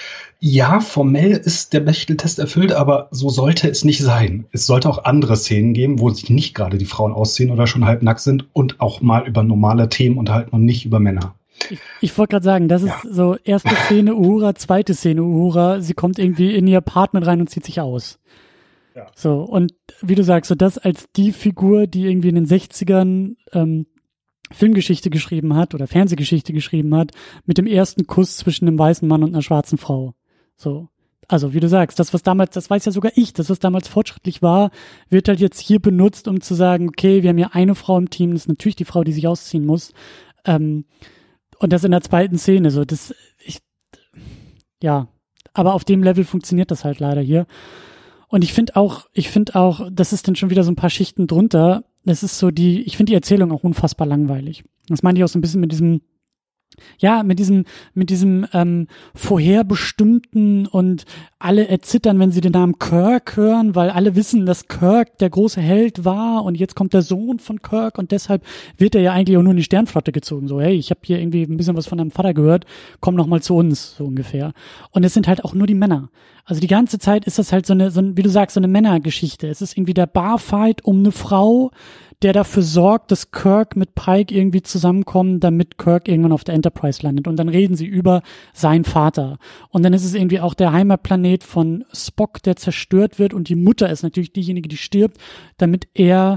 ja, formell ist der Bechdel-Test erfüllt, aber so sollte es nicht sein. Es sollte auch andere Szenen geben, wo sich nicht gerade die Frauen ausziehen oder schon halbnackt sind und auch mal über normale Themen unterhalten und nicht über Männer. Ich, ich wollte gerade sagen, das ist ja. so erste Szene Uhura, zweite Szene Uhura. Sie kommt irgendwie in ihr Apartment rein und zieht sich aus. Ja. So, und wie du sagst, so das als die Figur, die irgendwie in den sechzigern ähm, Filmgeschichte geschrieben hat oder Fernsehgeschichte geschrieben hat, mit dem ersten Kuss zwischen einem weißen Mann und einer schwarzen Frau. So. Also, wie du sagst, das, was damals, das weiß ja sogar ich, das, was damals fortschrittlich war, wird halt jetzt hier benutzt, um zu sagen, okay, wir haben hier eine Frau im Team, das ist natürlich die Frau, die sich ausziehen muss. Ähm, Und das in der zweiten Szene, so, das, ich, ja, aber auf dem Level funktioniert das halt leider hier. Und ich finde auch, ich finde auch, das ist dann schon wieder so ein paar Schichten drunter. Das ist so die, ich finde die Erzählung auch unfassbar langweilig. Das meine ich auch so ein bisschen mit diesem, ja, mit diesem, mit diesem ähm, vorherbestimmten und alle erzittern, wenn sie den Namen Kirk hören, weil alle wissen, dass Kirk der große Held war und jetzt kommt der Sohn von Kirk und deshalb wird er ja eigentlich auch nur in die Sternflotte gezogen. So, hey, ich habe hier irgendwie ein bisschen was von deinem Vater gehört, komm noch mal zu uns, so ungefähr. Und es sind halt auch nur die Männer. Also die ganze Zeit ist das halt so eine, so ein, wie du sagst, so eine Männergeschichte. Es ist irgendwie der Barfight um eine Frau, der dafür sorgt, dass Kirk mit Pike irgendwie zusammenkommen, damit Kirk irgendwann auf der Enterprise landet. Und dann reden sie über seinen Vater. Und dann ist es irgendwie auch der Heimatplanet von Spock, der zerstört wird. Und die Mutter ist natürlich diejenige, die stirbt, damit er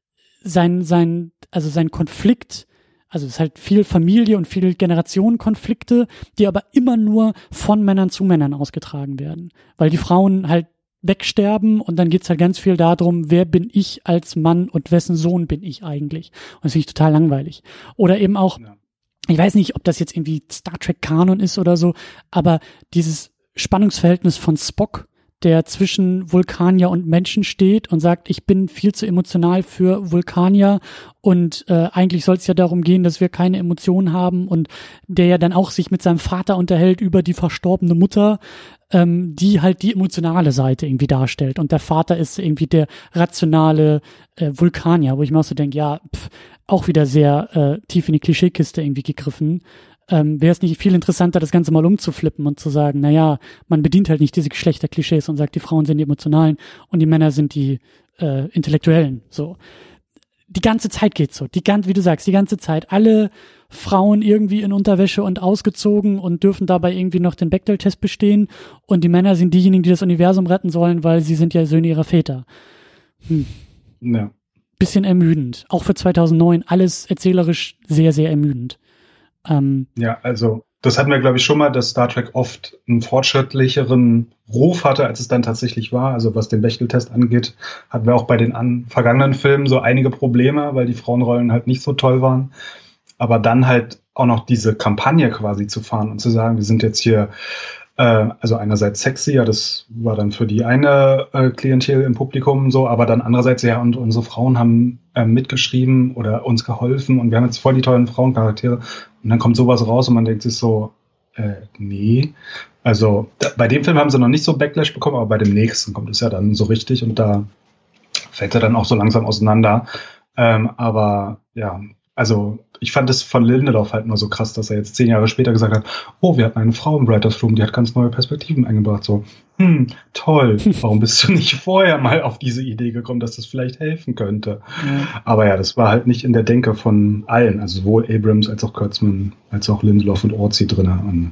sein, sein, also sein Konflikt, also es ist halt viel Familie und viel Generationenkonflikte, die aber immer nur von Männern zu Männern ausgetragen werden. Weil die Frauen halt wegsterben und dann geht's halt ganz viel darum, wer bin ich als Mann und wessen Sohn bin ich eigentlich. Und das finde ich total langweilig. Oder eben auch, ja. Ich weiß nicht, ob das jetzt irgendwie Star Trek Kanon ist oder so, aber dieses Spannungsverhältnis von Spock, der zwischen Vulkanier und Menschen steht und sagt, ich bin viel zu emotional für Vulkanier und äh, eigentlich soll es ja darum gehen, dass wir keine Emotionen haben und der ja dann auch sich mit seinem Vater unterhält über die verstorbene Mutter, ähm, die halt die emotionale Seite irgendwie darstellt und der Vater ist irgendwie der rationale äh, Vulkanier, wo ich mir auch so denke, ja, pff, auch wieder sehr äh, tief in die Klischeekiste irgendwie gegriffen. Ähm, wäre es nicht viel interessanter, das Ganze mal umzuflippen und zu sagen, naja, man bedient halt nicht diese Geschlechterklischees und sagt, die Frauen sind die Emotionalen und die Männer sind die äh, Intellektuellen. So. Die ganze Zeit geht's so. Die ganze, wie du sagst, die ganze Zeit. Alle Frauen irgendwie in Unterwäsche und ausgezogen und dürfen dabei irgendwie noch den Bechdel-Test bestehen und die Männer sind diejenigen, die das Universum retten sollen, weil sie sind ja Söhne ihrer Väter. Hm. Ja. Bisschen ermüdend. Auch für zweitausendneun alles erzählerisch sehr, sehr ermüdend. Ähm, ja, also das hatten wir, glaube ich, schon mal, dass Star Trek oft einen fortschrittlicheren Ruf hatte, als es dann tatsächlich war. Also was den Bechdel-Test angeht, hatten wir auch bei den an, vergangenen Filmen so einige Probleme, weil die Frauenrollen halt nicht so toll waren. Aber dann halt auch noch diese Kampagne quasi zu fahren und zu sagen, wir sind jetzt hier, äh, also einerseits sexy, ja, das war dann für die eine äh, Klientel im Publikum so, aber dann andererseits, ja, und unsere Frauen haben äh, mitgeschrieben oder uns geholfen und wir haben jetzt voll die tollen Frauencharaktere. Und dann kommt sowas raus und man denkt sich so, äh, nee. Also da, bei dem Film haben sie noch nicht so Backlash bekommen, aber bei dem nächsten kommt es ja dann so richtig und da fällt er dann auch so langsam auseinander. Ähm, aber ja, also ich fand es von Lindelof halt nur so krass, dass er jetzt zehn Jahre später gesagt hat, oh, wir hatten eine Frau im Writers Room, die hat ganz neue Perspektiven eingebracht. So, hm, toll, warum bist du nicht vorher mal auf diese Idee gekommen, dass das vielleicht helfen könnte? Ja. Aber ja, das war halt nicht in der Denke von allen, also sowohl Abrams als auch Kurtzman, als auch Lindelof und Orci drin. Und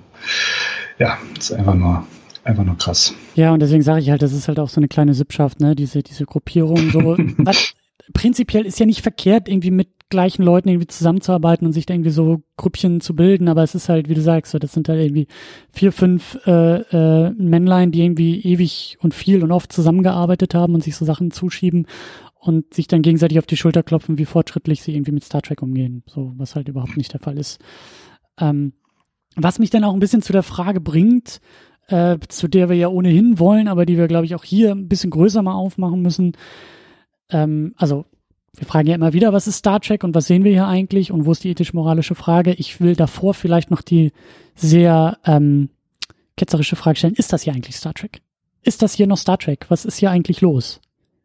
ja, das ist einfach nur, einfach nur krass. Ja, und deswegen sage ich halt, das ist halt auch so eine kleine Sippschaft, ne, diese, diese Gruppierung, so, was prinzipiell ist ja nicht verkehrt, irgendwie mit gleichen Leuten irgendwie zusammenzuarbeiten und sich da irgendwie so Grüppchen zu bilden, aber es ist halt, wie du sagst, so, das sind halt irgendwie vier, fünf äh, äh, Männlein, die irgendwie ewig und viel und oft zusammengearbeitet haben und sich so Sachen zuschieben und sich dann gegenseitig auf die Schulter klopfen, wie fortschrittlich sie irgendwie mit Star Trek umgehen, so, was halt überhaupt nicht der Fall ist. Ähm, was mich dann auch ein bisschen zu der Frage bringt, äh, zu der wir ja ohnehin wollen, aber die wir, glaube ich, auch hier ein bisschen größer mal aufmachen müssen. Ähm, also wir fragen ja immer wieder, was ist Star Trek und was sehen wir hier eigentlich und wo ist die ethisch-moralische Frage? Ich will davor vielleicht noch die sehr ähm, ketzerische Frage stellen, ist das hier eigentlich Star Trek? Ist das hier noch Star Trek? Was ist hier eigentlich los?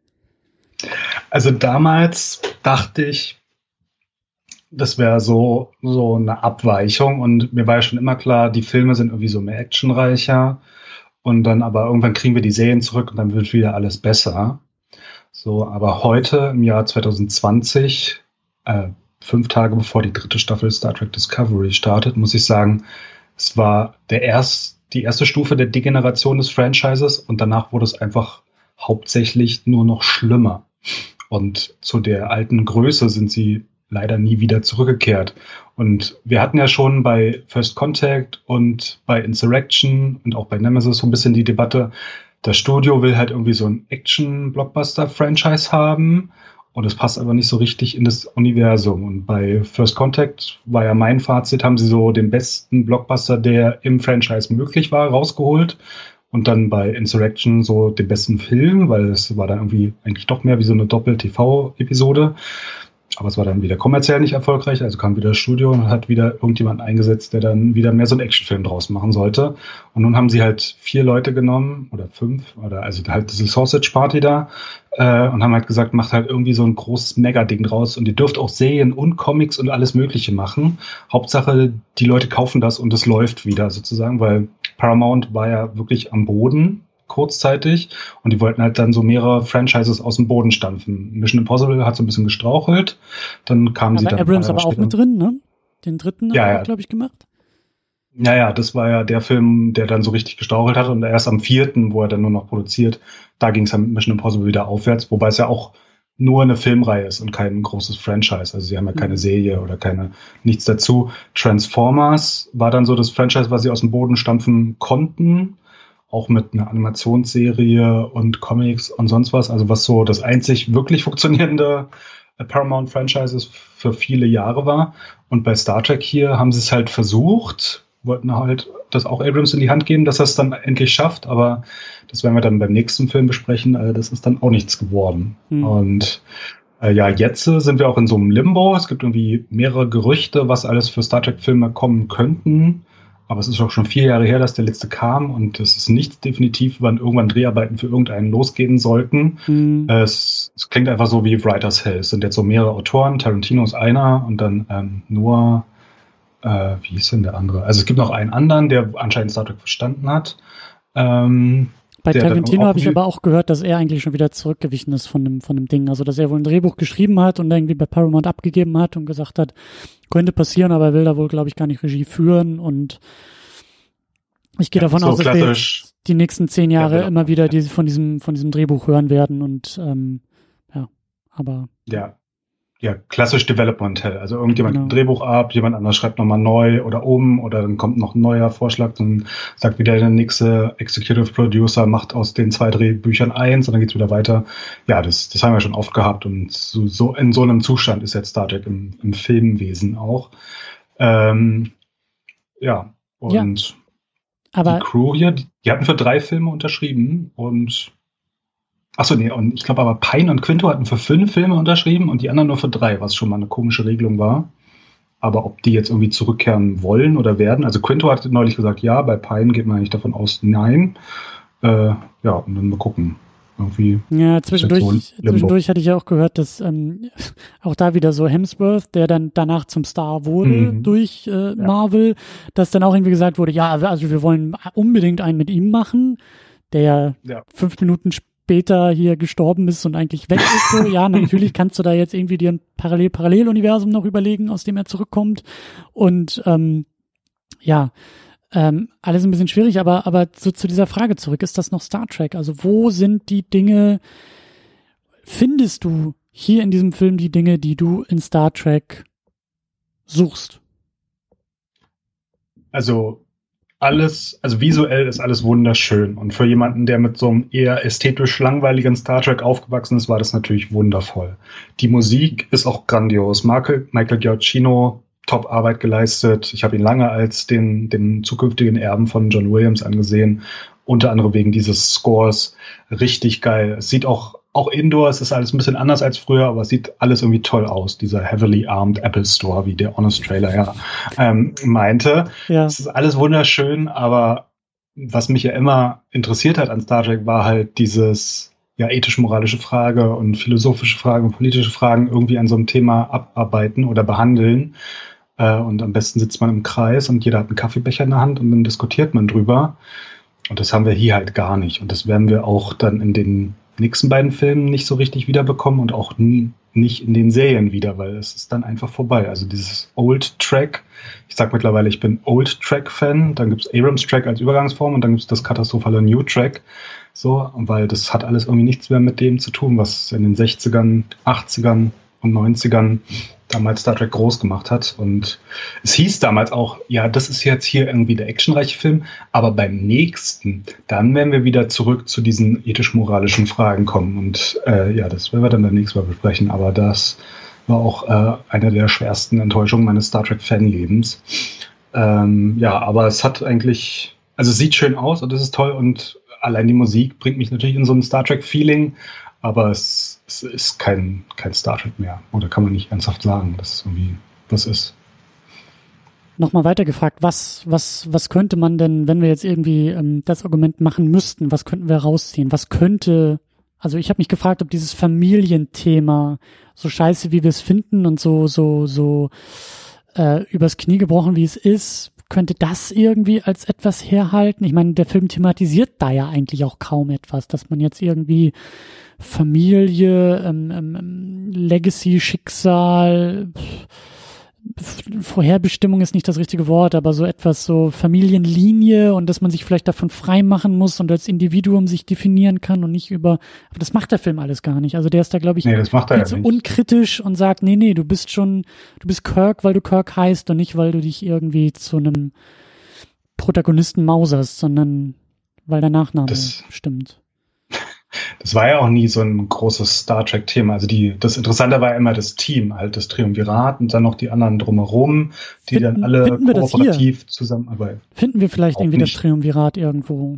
Also damals dachte ich, das wäre so, so eine Abweichung und mir war ja schon immer klar, die Filme sind irgendwie so mehr actionreicher und dann aber irgendwann kriegen wir die Serien zurück und dann wird wieder alles besser. So, aber heute im Jahr zwanzig zwanzig, äh, fünf Tage bevor die dritte Staffel Star Trek Discovery startet, muss ich sagen, es war der erst, die erste Stufe der Degeneration des Franchises und danach wurde es einfach hauptsächlich nur noch schlimmer. Und zu der alten Größe sind sie leider nie wieder zurückgekehrt. Und wir hatten ja schon bei First Contact und bei Insurrection und auch bei Nemesis so ein bisschen die Debatte, das Studio will halt irgendwie so ein Action-Blockbuster-Franchise haben und es passt aber nicht so richtig in das Universum. Und bei First Contact war ja mein Fazit, haben sie so den besten Blockbuster, der im Franchise möglich war, rausgeholt. Und dann bei Insurrection so den besten Film, weil es war dann irgendwie eigentlich doch mehr wie so eine Doppel-T V-Episode. Aber es war dann wieder kommerziell nicht erfolgreich, also kam wieder das Studio und hat wieder irgendjemand eingesetzt, der dann wieder mehr so einen Actionfilm draus machen sollte. Und nun haben sie halt vier Leute genommen, oder fünf, oder also halt diese Sausage Party da, äh, und haben halt gesagt, macht halt irgendwie so ein großes Mega-Ding draus und ihr dürft auch Serien und Comics und alles Mögliche machen. Hauptsache, die Leute kaufen das und es läuft wieder sozusagen, weil Paramount war ja wirklich am Boden. kurzzeitig und die wollten halt dann so mehrere Franchises aus dem Boden stampfen. Mission Impossible hat so ein bisschen gestrauchelt, dann kamen sie dann... Abrams aber auch mit drin, ne? Den dritten ja, hat er, ja. glaube ich, gemacht. Ja, ja, das war ja der Film, der dann so richtig gestrauchelt hat und erst am vierten, wo er dann nur noch produziert, da ging es dann mit Mission Impossible wieder aufwärts, wobei es ja auch nur eine Filmreihe ist und kein großes Franchise. Also sie haben ja keine Serie oder keine nichts dazu. Transformers war dann so das Franchise, was sie aus dem Boden stampfen konnten, auch mit einer Animationsserie und Comics und sonst was. Also was so das einzig wirklich funktionierende Paramount-Franchise für viele Jahre war. Und bei Star Trek hier haben sie es halt versucht, wollten halt das auch Abrams in die Hand geben, dass er es dann endlich schafft, aber das werden wir dann beim nächsten Film besprechen, äh, das ist dann auch nichts geworden. Mhm. Und äh, ja, jetzt äh, sind wir auch in so einem Limbo, es gibt irgendwie mehrere Gerüchte, was alles für Star Trek-Filme kommen könnten, aber es ist auch schon vier Jahre her, dass der letzte kam und es ist nichts definitiv, wann irgendwann Dreharbeiten für irgendeinen losgehen sollten. Mhm. Äh, es, es klingt einfach so wie Writer's Hell, es sind jetzt so mehrere Autoren, Tarantino ist einer und dann ähm, nur Äh, wie hieß denn der andere? Also es gibt noch einen anderen, der anscheinend Star Trek verstanden hat. Ähm, Bei Tarantino habe ich aber auch gehört, dass er eigentlich schon wieder zurückgewichen ist von dem, von dem Ding. Also dass er wohl ein Drehbuch geschrieben hat und irgendwie bei Paramount abgegeben hat und gesagt hat, könnte passieren, aber er will da wohl, glaube ich, gar nicht Regie führen. Und ich gehe ja, davon so aus, dass wir jetzt die nächsten zehn Jahre ja, genau. immer wieder diese, von diesem, von diesem Drehbuch hören werden. Und ähm, ja, aber... Ja. Ja, klassisch Development Hell. Also irgendjemand genau. gibt ein Drehbuch ab, jemand anders schreibt nochmal neu oder um oder dann kommt noch ein neuer Vorschlag und sagt wieder der nächste Executive Producer macht aus den zwei Drehbüchern eins und dann geht's wieder weiter. Ja, das, das haben wir schon oft gehabt und so, so in so einem Zustand ist jetzt Star Trek im, im Filmwesen auch. Ähm, ja, und ja, aber die Crew hier, die, die hatten für drei Filme unterschrieben und Achso, nee, und ich glaube aber Pine und Quinto hatten für fünf Filme unterschrieben und die anderen nur für drei, was schon mal eine komische Regelung war. Aber ob die jetzt irgendwie zurückkehren wollen oder werden, also Quinto hat neulich gesagt, ja, bei Pine geht man eigentlich davon aus, nein. Äh, ja, und dann mal gucken. Irgendwie ja, zwischendurch, so zwischendurch hatte ich ja auch gehört, dass ähm, auch da wieder so Hemsworth, der dann danach zum Star wurde mhm. durch äh, ja. Marvel, dass dann auch irgendwie gesagt wurde, ja, also wir wollen unbedingt einen mit ihm machen, der ja. fünf Minuten später später hier gestorben ist und eigentlich weg ist. So. Ja, natürlich kannst du da jetzt irgendwie dir ein Parallel Paralleluniversum noch überlegen, aus dem er zurückkommt. Und ähm, ja, ähm, alles ein bisschen schwierig, aber aber so zu dieser Frage zurück, ist das noch Star Trek? Also wo sind die Dinge, findest du hier in diesem Film die Dinge, die du in Star Trek suchst? Also alles, also visuell ist alles wunderschön. Und für jemanden, der mit so einem eher ästhetisch langweiligen Star Trek aufgewachsen ist, war das natürlich wundervoll. Die Musik ist auch grandios. Michael, Michael Giacchino, Top-Arbeit geleistet. Ich habe ihn lange als den, den zukünftigen Erben von John Williams angesehen. Unter anderem wegen dieses Scores. Richtig geil. Es sieht auch Auch Indoor, es ist alles ein bisschen anders als früher, aber es sieht alles irgendwie toll aus. Dieser heavily armed Apple Store, wie der Honest Trailer ja ähm, meinte. Ja. Es ist alles wunderschön, aber was mich ja immer interessiert hat an Star Trek, war halt dieses ja ethisch-moralische Frage und philosophische Fragen und politische Fragen irgendwie an so einem Thema abarbeiten oder behandeln. Äh, und am besten sitzt man im Kreis und jeder hat einen Kaffeebecher in der Hand und dann diskutiert man drüber. Und das haben wir hier halt gar nicht. Und das werden wir auch dann in den nächsten beiden Filmen nicht so richtig wiederbekommen und auch nie, nicht in den Serien wieder, weil es ist dann einfach vorbei. Also dieses Old Track, ich sag mittlerweile, ich bin Old Track-Fan, dann gibt's Abrams Track als Übergangsform und dann gibt's das katastrophale New Track. So, weil das hat alles irgendwie nichts mehr mit dem zu tun, was in den sechzigern, achtzigern und neunzigern damals Star Trek groß gemacht hat. Und es hieß damals auch, ja, das ist jetzt hier irgendwie der actionreiche Film, aber beim nächsten, dann werden wir wieder zurück zu diesen ethisch-moralischen Fragen kommen. Und äh, ja, das werden wir dann beim nächsten Mal besprechen. Aber das war auch äh, eine der schwersten Enttäuschungen meines Star Trek-Fanlebens. Ähm, ja, aber es hat eigentlich, also es sieht schön aus und es ist toll und allein die Musik bringt mich natürlich in so ein Star Trek-Feeling, aber es, es ist kein, kein Star Trek mehr. Oder kann man nicht ernsthaft sagen, dass es irgendwie was ist. Nochmal weiter gefragt, was, was, was könnte man denn, wenn wir jetzt irgendwie ähm, das Argument machen müssten, was könnten wir rausziehen? Was könnte, also ich habe mich gefragt, ob dieses Familienthema, so scheiße wie wir es finden und so, so, so äh, übers Knie gebrochen wie es ist, könnte das irgendwie als etwas herhalten? Ich meine, der Film thematisiert da ja eigentlich auch kaum etwas, dass man jetzt irgendwie Familie, ähm, ähm, Legacy, Schicksal, Vorherbestimmung ist nicht das richtige Wort, aber so etwas so Familienlinie und dass man sich vielleicht davon frei machen muss und als Individuum sich definieren kann und nicht über, aber das macht der Film alles gar nicht. Also der ist da, glaube ich, nee, das macht er viel ja zu nicht. unkritisch und sagt, nee, nee, du bist schon, du bist Kirk, weil du Kirk heißt und nicht, weil du dich irgendwie zu einem Protagonisten mauserst, sondern weil der Nachname das stimmt. Das war ja auch nie so ein großes Star Trek-Thema. Also die, das Interessante war immer das Team, halt das Triumvirat und dann noch die anderen drumherum, die finden, dann alle kooperativ zusammenarbeiten. Finden wir vielleicht auch irgendwie nicht, das Triumvirat irgendwo?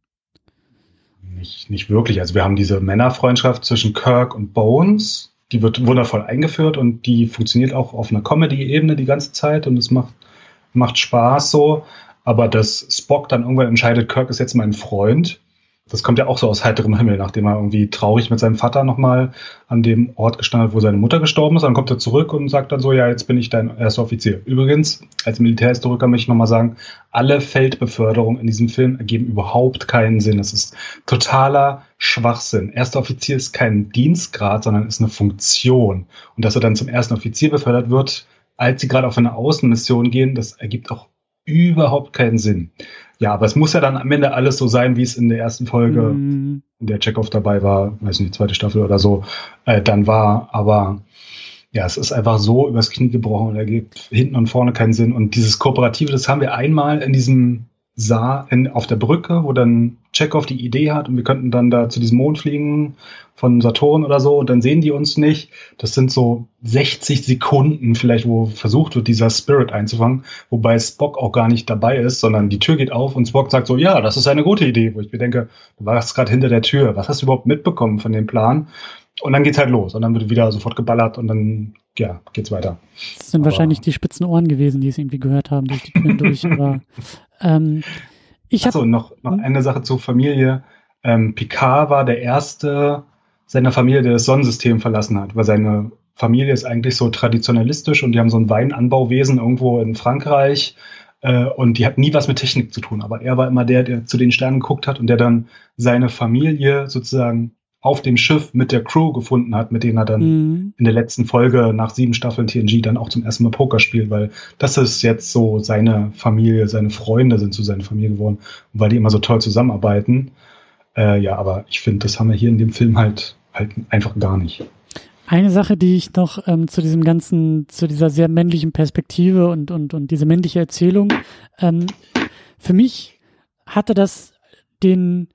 Nicht, nicht wirklich. Also wir haben diese Männerfreundschaft zwischen Kirk und Bones, die wird wundervoll eingeführt und die funktioniert auch auf einer Comedy-Ebene die ganze Zeit und es macht, macht Spaß so. Aber dass Spock dann irgendwann entscheidet, Kirk ist jetzt mein Freund, das kommt ja auch so aus heiterem Himmel, nachdem er irgendwie traurig mit seinem Vater nochmal an dem Ort gestanden hat, wo seine Mutter gestorben ist. Dann kommt er zurück und sagt dann so, ja, jetzt bin ich dein erster Offizier. Übrigens, als Militärhistoriker möchte ich nochmal sagen, alle Feldbeförderungen in diesem Film ergeben überhaupt keinen Sinn. Es ist totaler Schwachsinn. Erster Offizier ist kein Dienstgrad, sondern ist eine Funktion. Und dass er dann zum ersten Offizier befördert wird, als sie gerade auf eine Außenmission gehen, das ergibt auch überhaupt keinen Sinn. Ja, aber es muss ja dann am Ende alles so sein, wie es in der ersten Folge, mm. in der Chekhov dabei war, weiß nicht, zweite Staffel oder so, äh, dann war. Aber ja, es ist einfach so übers Knie gebrochen und ergibt hinten und vorne keinen Sinn. Und dieses Kooperative, das haben wir einmal in diesem Saal in, auf der Brücke, wo dann Chekhov die Idee hat und wir könnten dann da zu diesem Mond fliegen von Saturn oder so und dann sehen die uns nicht. Das sind so sechzig Sekunden vielleicht, wo versucht wird, dieser Spirit einzufangen, wobei Spock auch gar nicht dabei ist, sondern die Tür geht auf und Spock sagt so, ja, das ist eine gute Idee, wo ich mir denke, du warst gerade hinter der Tür, was hast du überhaupt mitbekommen von dem Plan? Und dann geht's halt los und dann wird wieder sofort geballert und dann, ja, geht's weiter. Das sind aber wahrscheinlich die spitzen Ohren gewesen, die es irgendwie gehört haben durch die Türen durch, aber ähm, ich habe Achso, noch, noch eine Sache zur Familie. Ähm, Picard war der erste seiner Familie, der das Sonnensystem verlassen hat, weil seine Familie ist eigentlich so traditionalistisch und die haben so ein Weinanbauwesen irgendwo in Frankreich äh, und die hat nie was mit Technik zu tun, aber er war immer der, der zu den Sternen geguckt hat und der dann seine Familie sozusagen auf dem Schiff mit der Crew gefunden hat, mit denen er dann mhm. in der letzten Folge nach sieben Staffeln T N G dann auch zum ersten Mal Poker spielt, weil das ist jetzt so seine Familie, seine Freunde sind zu seiner Familie geworden, weil die immer so toll zusammenarbeiten. Äh, ja, aber ich finde, das haben wir hier in dem Film halt, halt einfach gar nicht. Eine Sache, die ich noch ähm, zu diesem ganzen, zu dieser sehr männlichen Perspektive und, und, und diese männliche Erzählung, ähm, für mich hatte das den,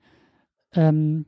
ähm,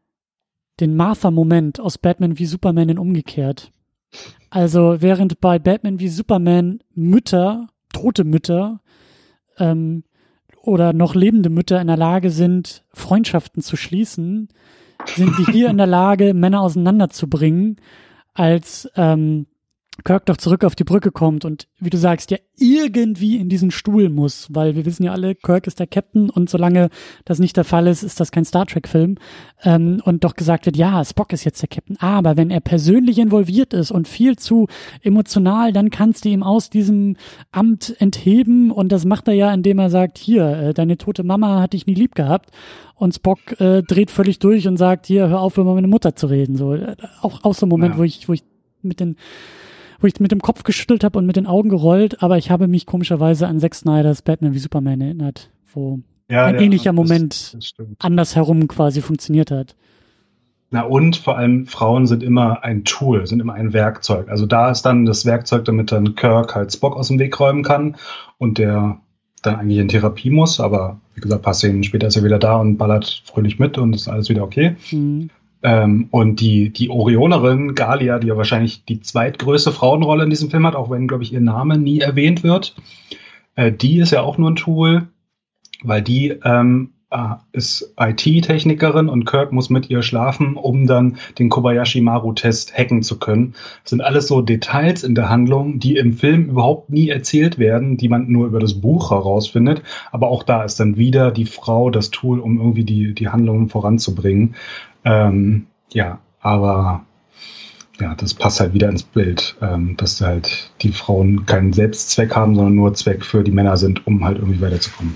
den Martha-Moment aus Batman wie Superman in umgekehrt. Also während bei Batman wie Superman Mütter, tote Mütter ähm, oder noch lebende Mütter in der Lage sind, Freundschaften zu schließen, sind wir hier in der Lage, Männer auseinanderzubringen, als ähm, Kirk doch zurück auf die Brücke kommt und, wie du sagst, ja irgendwie in diesen Stuhl muss, weil wir wissen ja alle, Kirk ist der Captain und solange das nicht der Fall ist, ist das kein Star Trek-Film ähm, und doch gesagt wird, ja, Spock ist jetzt der Captain, aber wenn er persönlich involviert ist und viel zu emotional, dann kannst du ihm aus diesem Amt entheben und das macht er ja, indem er sagt, hier, äh, deine tote Mama hat dich nie lieb gehabt und Spock äh, dreht völlig durch und sagt, hier, hör auf, über meine Mutter zu reden, so, äh, auch, auch so ein Moment, ja. wo ich, wo ich mit den wo ich mit dem Kopf geschüttelt habe und mit den Augen gerollt, aber ich habe mich komischerweise an Zack Snyders Batman wie Superman erinnert, wo ja, ein ja, ähnlicher Moment das, das andersherum quasi funktioniert hat. Na und vor allem Frauen sind immer ein Tool, sind immer ein Werkzeug. Also da ist dann das Werkzeug, damit dann Kirk halt Spock aus dem Weg räumen kann und der dann eigentlich in Therapie muss, aber wie gesagt, ein paar Szenen später ist er wieder da und ballert fröhlich mit und ist alles wieder okay. Mhm. Ähm, und die, die Orionerin Galia, die ja wahrscheinlich die zweitgrößte Frauenrolle in diesem Film hat, auch wenn, glaube ich, ihr Name nie erwähnt wird, äh, die ist ja auch nur ein Tool, weil die ähm, äh, ist I T-Technikerin und Kirk muss mit ihr schlafen, um dann den Kobayashi-Maru-Test hacken zu können. Das sind alles so Details in der Handlung, die im Film überhaupt nie erzählt werden, die man nur über das Buch herausfindet. Aber auch da ist dann wieder die Frau das Tool, um irgendwie die, die Handlungen voranzubringen. Ähm, ja, aber ja, das passt halt wieder ins Bild, ähm, dass halt die Frauen keinen Selbstzweck haben, sondern nur Zweck für die Männer sind, um halt irgendwie weiterzukommen.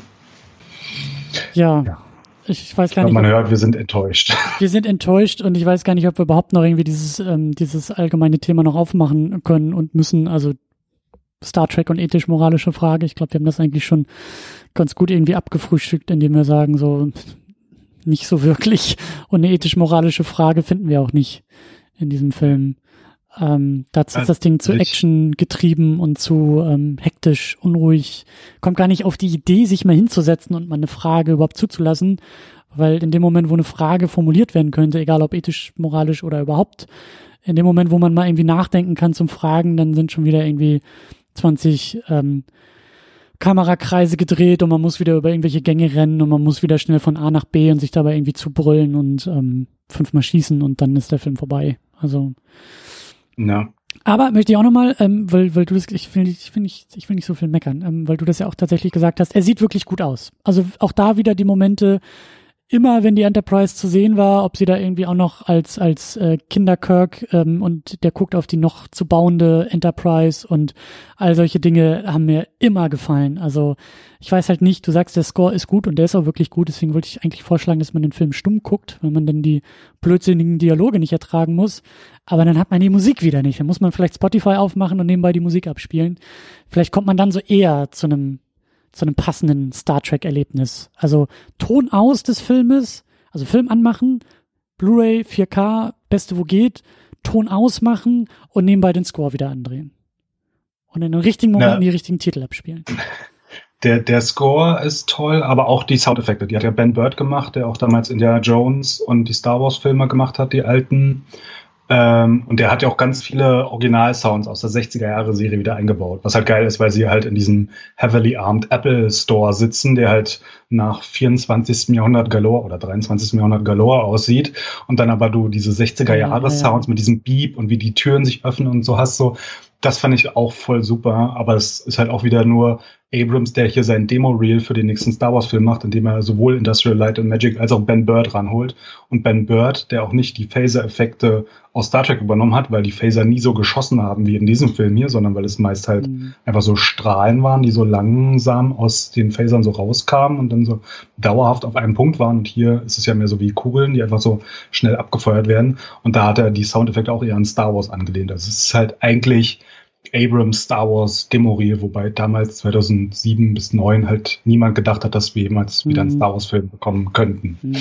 Ja, ja. Ich weiß gar ich glaub, nicht. Man hört, wir sind enttäuscht. Wir sind enttäuscht und ich weiß gar nicht, ob wir überhaupt noch irgendwie dieses, ähm, dieses allgemeine Thema noch aufmachen können und müssen. Also Star Trek und ethisch-moralische Frage. Ich glaube, wir haben das eigentlich schon ganz gut irgendwie abgefrühstückt, indem wir sagen, so nicht so wirklich. Und eine ethisch-moralische Frage finden wir auch nicht in diesem Film. Ähm, dazu ist das Ding zu Action getrieben und zu ähm, hektisch, unruhig. Kommt gar nicht auf die Idee, sich mal hinzusetzen und mal eine Frage überhaupt zuzulassen, weil in dem Moment, wo eine Frage formuliert werden könnte, egal ob ethisch, moralisch oder überhaupt, in dem Moment, wo man mal irgendwie nachdenken kann zum Fragen, dann sind schon wieder irgendwie zwanzig ähm, Kamerakreise gedreht und man muss wieder über irgendwelche Gänge rennen und man muss wieder schnell von A nach B und sich dabei irgendwie zubrüllen und ähm, fünfmal schießen und dann ist der Film vorbei. Also ja. Aber möchte ich auch nochmal, ähm, weil, weil du das, ich will, ich will nicht, ich will nicht so viel meckern, ähm, weil du das ja auch tatsächlich gesagt hast, er sieht wirklich gut aus. Also auch da wieder die Momente, immer wenn die Enterprise zu sehen war, ob sie da irgendwie auch noch als als äh, Kinder-Kirk ähm, und der guckt auf die noch zu bauende Enterprise und all solche Dinge haben mir immer gefallen. Also ich weiß halt nicht, du sagst, der Score ist gut und der ist auch wirklich gut, deswegen wollte ich eigentlich vorschlagen, dass man den Film stumm guckt, wenn man dann die blödsinnigen Dialoge nicht ertragen muss. Aber dann hat man die Musik wieder nicht. Dann muss man vielleicht Spotify aufmachen und nebenbei die Musik abspielen. Vielleicht kommt man dann so eher zu einem zu einem passenden Star Trek-Erlebnis. Also Ton aus des Filmes, also Film anmachen, Blu-ray, vier K, beste wo geht, Ton ausmachen und nebenbei den Score wieder andrehen. Und in den richtigen Momenten die richtigen Titel abspielen. Der, der Score ist toll, aber auch die Soundeffekte. Die hat ja Ben Bird gemacht, der auch damals Indiana Jones und die Star Wars-Filme gemacht hat, die alten. Ähm, und der hat ja auch ganz viele Original-Sounds aus der sechziger-Jahre-Serie wieder eingebaut. Was halt geil ist, weil sie halt in diesem heavily armed Apple Store sitzen, der halt nach vierundzwanzigsten Jahrhundert Galore oder dreiundzwanzigsten Jahrhundert Galore aussieht. Und dann aber du diese sechziger-Jahre-Sounds ja, ja, ja. mit diesem Beep und wie die Türen sich öffnen und so hast, so. Das fand ich auch voll super, aber es ist halt auch wieder nur Abrams, der hier sein Demo-Reel für den nächsten Star Wars-Film macht, indem er sowohl Industrial Light and Magic als auch Ben Bird ranholt. Und Ben Bird, der auch nicht die Phaser-Effekte aus Star Trek übernommen hat, weil die Phaser nie so geschossen haben wie in diesem Film hier, sondern weil es meist halt mhm. einfach so Strahlen waren, die so langsam aus den Phasern so rauskamen und dann so dauerhaft auf einem Punkt waren. Und hier ist es ja mehr so wie Kugeln, die einfach so schnell abgefeuert werden. Und da hat er die Soundeffekte auch eher an Star Wars angelehnt. Also es ist halt eigentlich Abrams Star Wars Demo-Reel, wobei damals zweitausendsieben bis neun halt niemand gedacht hat, dass wir jemals mhm. wieder einen Star Wars Film bekommen könnten. Mhm.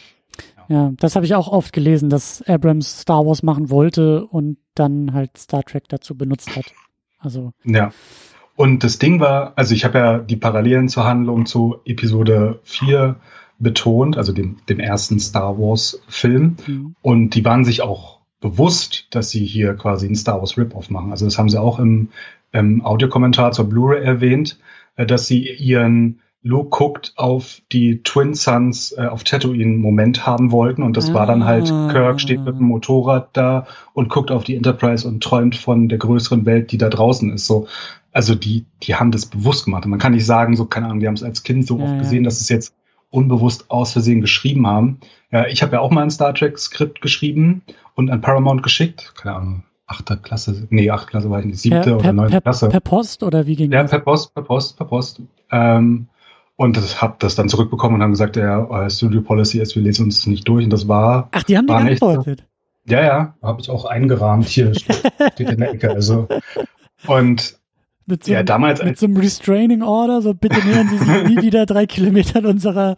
Ja. ja, das habe ich auch oft gelesen, dass Abrams Star Wars machen wollte und dann halt Star Trek dazu benutzt hat. Also ja. Und das Ding war, also ich habe ja die Parallelen zur Handlung zu Episode vier betont, also dem, dem ersten Star Wars Film. Mhm. Und die waren sich auch bewusst, dass sie hier quasi einen Star Wars Rip-Off machen. Also das haben sie auch im, im Audiokommentar zur Blu-ray erwähnt, äh, dass sie ihren Luke guckt auf die Twin Suns äh, auf Tatooine Moment haben wollten. Und das ah. war dann halt, Kirk steht mit dem Motorrad da und guckt auf die Enterprise und träumt von der größeren Welt, die da draußen ist. So, also die, die haben das bewusst gemacht. Und man kann nicht sagen, so, keine Ahnung, die haben es als Kind so ja, oft gesehen, dass es jetzt unbewusst aus Versehen geschrieben haben. Ja, ich habe ja auch mal ein Star Trek Skript geschrieben und an Paramount geschickt. Keine Ahnung, achte Klasse, nee, achte Klasse war ich nicht, siebte per, oder neunte Klasse. Per Post oder wie ging ja, das? Ja, per Post, per Post, per Post. Ähm, und das hab das dann zurückbekommen und haben gesagt, ja, Studio Policy ist, wir lesen uns das nicht durch. Und das war. Ach, die haben dir geantwortet. Ja, ja, habe ich auch eingerahmt. Hier steht in der Ecke. Also und Mit so, ja, damals mit so einem Restraining Order, so bitte nähern Sie sich nie wieder drei Kilometer an unserer.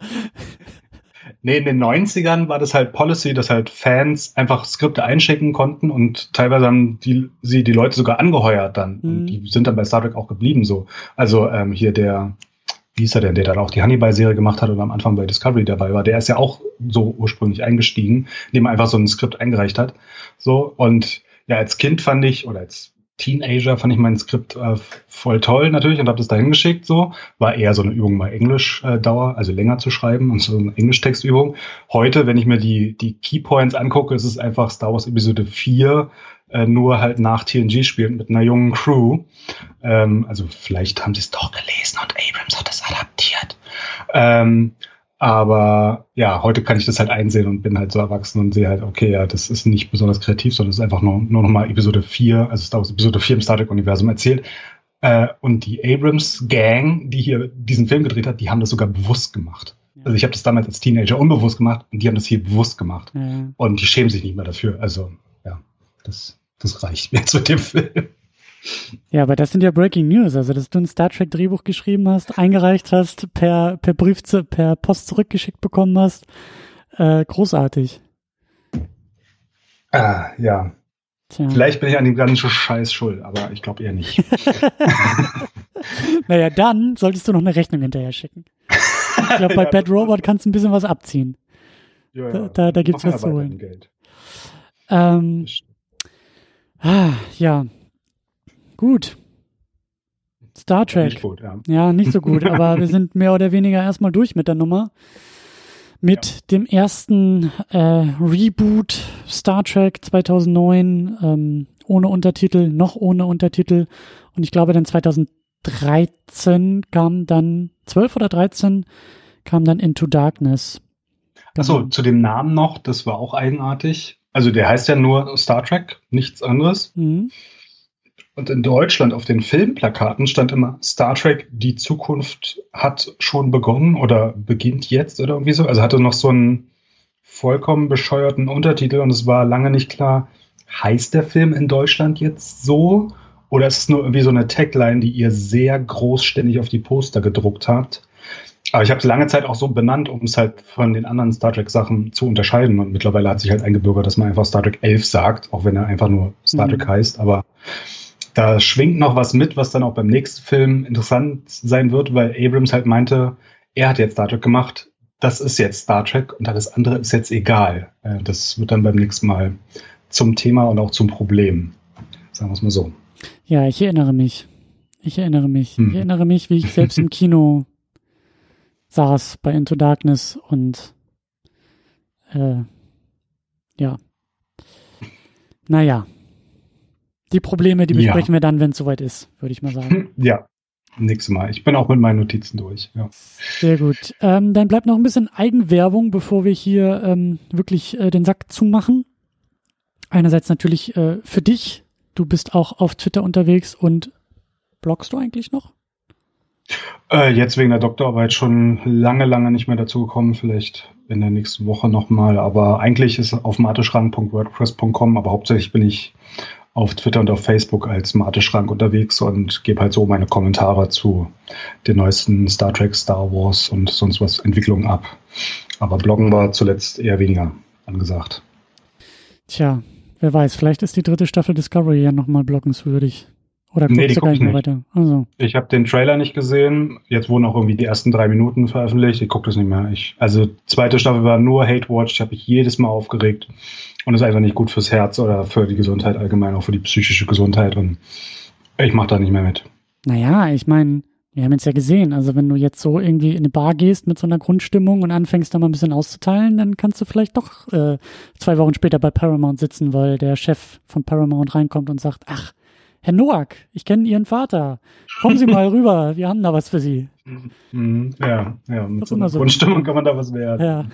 Nee, in den neunzigern war das halt Policy, dass halt Fans einfach Skripte einschicken konnten und teilweise haben die, sie die Leute sogar angeheuert dann. Mhm. Und die sind dann bei Star Trek auch geblieben so. Also ähm, hier der, wie ist er denn, der dann auch die Hannibal-Serie gemacht hat und am Anfang bei Discovery dabei war, der ist ja auch so ursprünglich eingestiegen, indem er einfach so ein Skript eingereicht hat. So, und ja, als Kind fand ich, oder als Teenager fand ich mein Skript äh, voll toll natürlich und habe das dahin geschickt, so. War eher so eine Übung, mal Englisch äh, Dauer, also länger zu schreiben und so eine Englisch-Textübung. Heute, wenn ich mir die die Keypoints angucke, ist es einfach Star Wars Episode vier, äh, nur halt nach T N G spielt mit einer jungen Crew. Ähm, also vielleicht haben sie es doch gelesen und Abrams hat es adaptiert. Ähm, Aber ja, heute kann ich das halt einsehen und bin halt so erwachsen und sehe halt, okay, ja, das ist nicht besonders kreativ, sondern es ist einfach nur, nur nochmal Episode vier, also Star Wars Episode vier im Star Trek-Universum erzählt. Äh, und die Abrams-Gang, die hier diesen Film gedreht hat, die haben das sogar bewusst gemacht. Ja. Also ich habe das damals als Teenager unbewusst gemacht und die haben das hier bewusst gemacht. Ja. Und die schämen sich nicht mehr dafür. Also ja, das, das reicht mir jetzt mit dem Film. Ja, aber das sind ja Breaking News, also dass du ein Star Trek Drehbuch geschrieben hast, eingereicht hast, per per Brief, zu, per Post zurückgeschickt bekommen hast, äh, großartig. Ah, ja. Tja. Vielleicht bin ich an dem ganzen Scheiß schuld, aber ich glaube eher nicht. Naja, dann solltest du noch eine Rechnung hinterher schicken. Ich glaube, bei ja, Bad Robot kannst du ein bisschen was abziehen. Ja, ja. Da, da, da gibt's was zu holen. Geld. Ähm, ah, ja. Gut. Star Trek. Nicht gut, ja. ja, nicht so gut, aber wir sind mehr oder weniger erstmal durch mit der Nummer. Mit ja. dem ersten äh, Reboot Star Trek zweitausendneun, ähm, ohne Untertitel, noch ohne Untertitel. Und ich glaube dann zweitausenddreizehn kam dann, zwölf oder dreizehn, kam dann Into Darkness. Achso, genau. Zu dem Namen noch, das war auch eigenartig. Also der heißt ja nur Star Trek, nichts anderes. Mhm. Und in Deutschland auf den Filmplakaten stand immer Star Trek, die Zukunft hat schon begonnen oder beginnt jetzt oder irgendwie so. Also hatte noch so einen vollkommen bescheuerten Untertitel und es war lange nicht klar, heißt der Film in Deutschland jetzt so? Oder ist es nur irgendwie so eine Tagline, die ihr sehr großständig auf die Poster gedruckt habt? Aber ich habe es lange Zeit auch so benannt, um es halt von den anderen Star Trek-Sachen zu unterscheiden. Und mittlerweile hat sich halt eingebürgert, dass man einfach Star Trek elf sagt, auch wenn er einfach nur Star Trek mhm. heißt. Aber da schwingt noch was mit, was dann auch beim nächsten Film interessant sein wird, weil Abrams halt meinte, er hat jetzt Star Trek gemacht, das ist jetzt Star Trek und alles andere ist jetzt egal. Das wird dann beim nächsten Mal zum Thema und auch zum Problem. Sagen wir es mal so. Ja, ich erinnere mich. Ich erinnere mich. Hm. Ich erinnere mich, wie ich selbst im Kino saß bei Into Darkness und äh, ja. Naja. Die Probleme, die besprechen ja. wir dann, wenn es soweit ist, würde ich mal sagen. Ja, nächstes Mal. Ich bin auch mit meinen Notizen durch. Ja. Sehr gut. Ähm, dann bleibt noch ein bisschen Eigenwerbung, bevor wir hier ähm, wirklich äh, den Sack zumachen. Einerseits natürlich äh, für dich. Du bist auch auf Twitter unterwegs und bloggst du eigentlich noch? Äh, jetzt wegen der Doktorarbeit schon lange, lange nicht mehr dazu gekommen. Vielleicht in der nächsten Woche nochmal. Aber eigentlich ist es auf marteschrank punkt wordpress punkt com. Aber hauptsächlich bin ich auf Twitter und auf Facebook als Marteschrank unterwegs und gebe halt so meine Kommentare zu den neuesten Star Trek, Star Wars und sonst was Entwicklungen ab. Aber Bloggen war zuletzt eher weniger angesagt. Tja, wer weiß, vielleicht ist die dritte Staffel Discovery ja nochmal bloggenswürdig. Oder guckst nee, die du gar nicht mehr nicht. weiter? Also. Ich habe den Trailer nicht gesehen. Jetzt wurden auch irgendwie die ersten drei Minuten veröffentlicht. Ich gucke das nicht mehr. Ich, also zweite Staffel war nur Hate Watch. Ich habe mich jedes Mal aufgeregt. Und ist einfach nicht gut fürs Herz oder für die Gesundheit allgemein, auch für die psychische Gesundheit. Und ich mache da nicht mehr mit. Naja, ich meine, wir haben jetzt ja gesehen, also wenn du jetzt so irgendwie in eine Bar gehst mit so einer Grundstimmung und anfängst da mal ein bisschen auszuteilen, dann kannst du vielleicht doch äh, zwei Wochen später bei Paramount sitzen, weil der Chef von Paramount reinkommt und sagt, ach, Herr Noack, ich kenne Ihren Vater. Kommen Sie mal rüber, wir haben da was für Sie. Ja, ja, mit so einer so Grundstimmung kann man da was werden. Ja.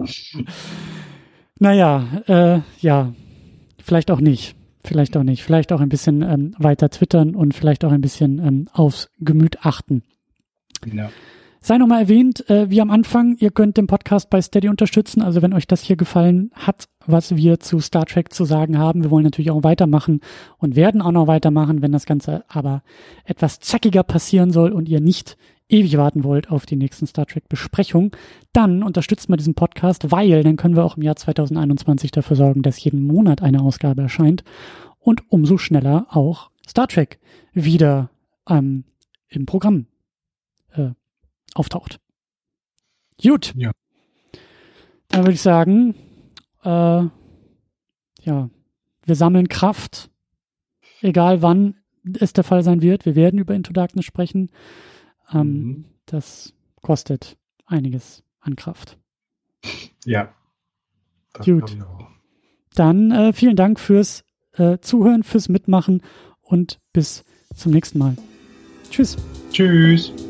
Naja, äh, ja, vielleicht auch nicht. Vielleicht auch nicht. Vielleicht auch ein bisschen ähm, weiter twittern und vielleicht auch ein bisschen ähm, aufs Gemüt achten. Ja. Sei nochmal erwähnt, äh, wie am Anfang, ihr könnt den Podcast bei Steady unterstützen. Also wenn euch das hier gefallen hat, was wir zu Star Trek zu sagen haben, wir wollen natürlich auch weitermachen und werden auch noch weitermachen, wenn das Ganze aber etwas zackiger passieren soll und ihr nicht ewig warten wollt auf die nächsten Star Trek-Besprechungen, dann unterstützt mal diesen Podcast, weil dann können wir auch im Jahr zwanzig einundzwanzig dafür sorgen, dass jeden Monat eine Ausgabe erscheint und umso schneller auch Star Trek wieder ähm, im Programm äh, auftaucht. Gut. Ja. Dann würde ich sagen, äh, ja, wir sammeln Kraft, egal wann es der Fall sein wird. Wir werden über Into Darkness sprechen. Ähm, mhm. Das kostet einiges an Kraft. Ja. Gut. Dann äh, vielen Dank fürs äh, Zuhören, fürs Mitmachen und bis zum nächsten Mal. Tschüss. Tschüss.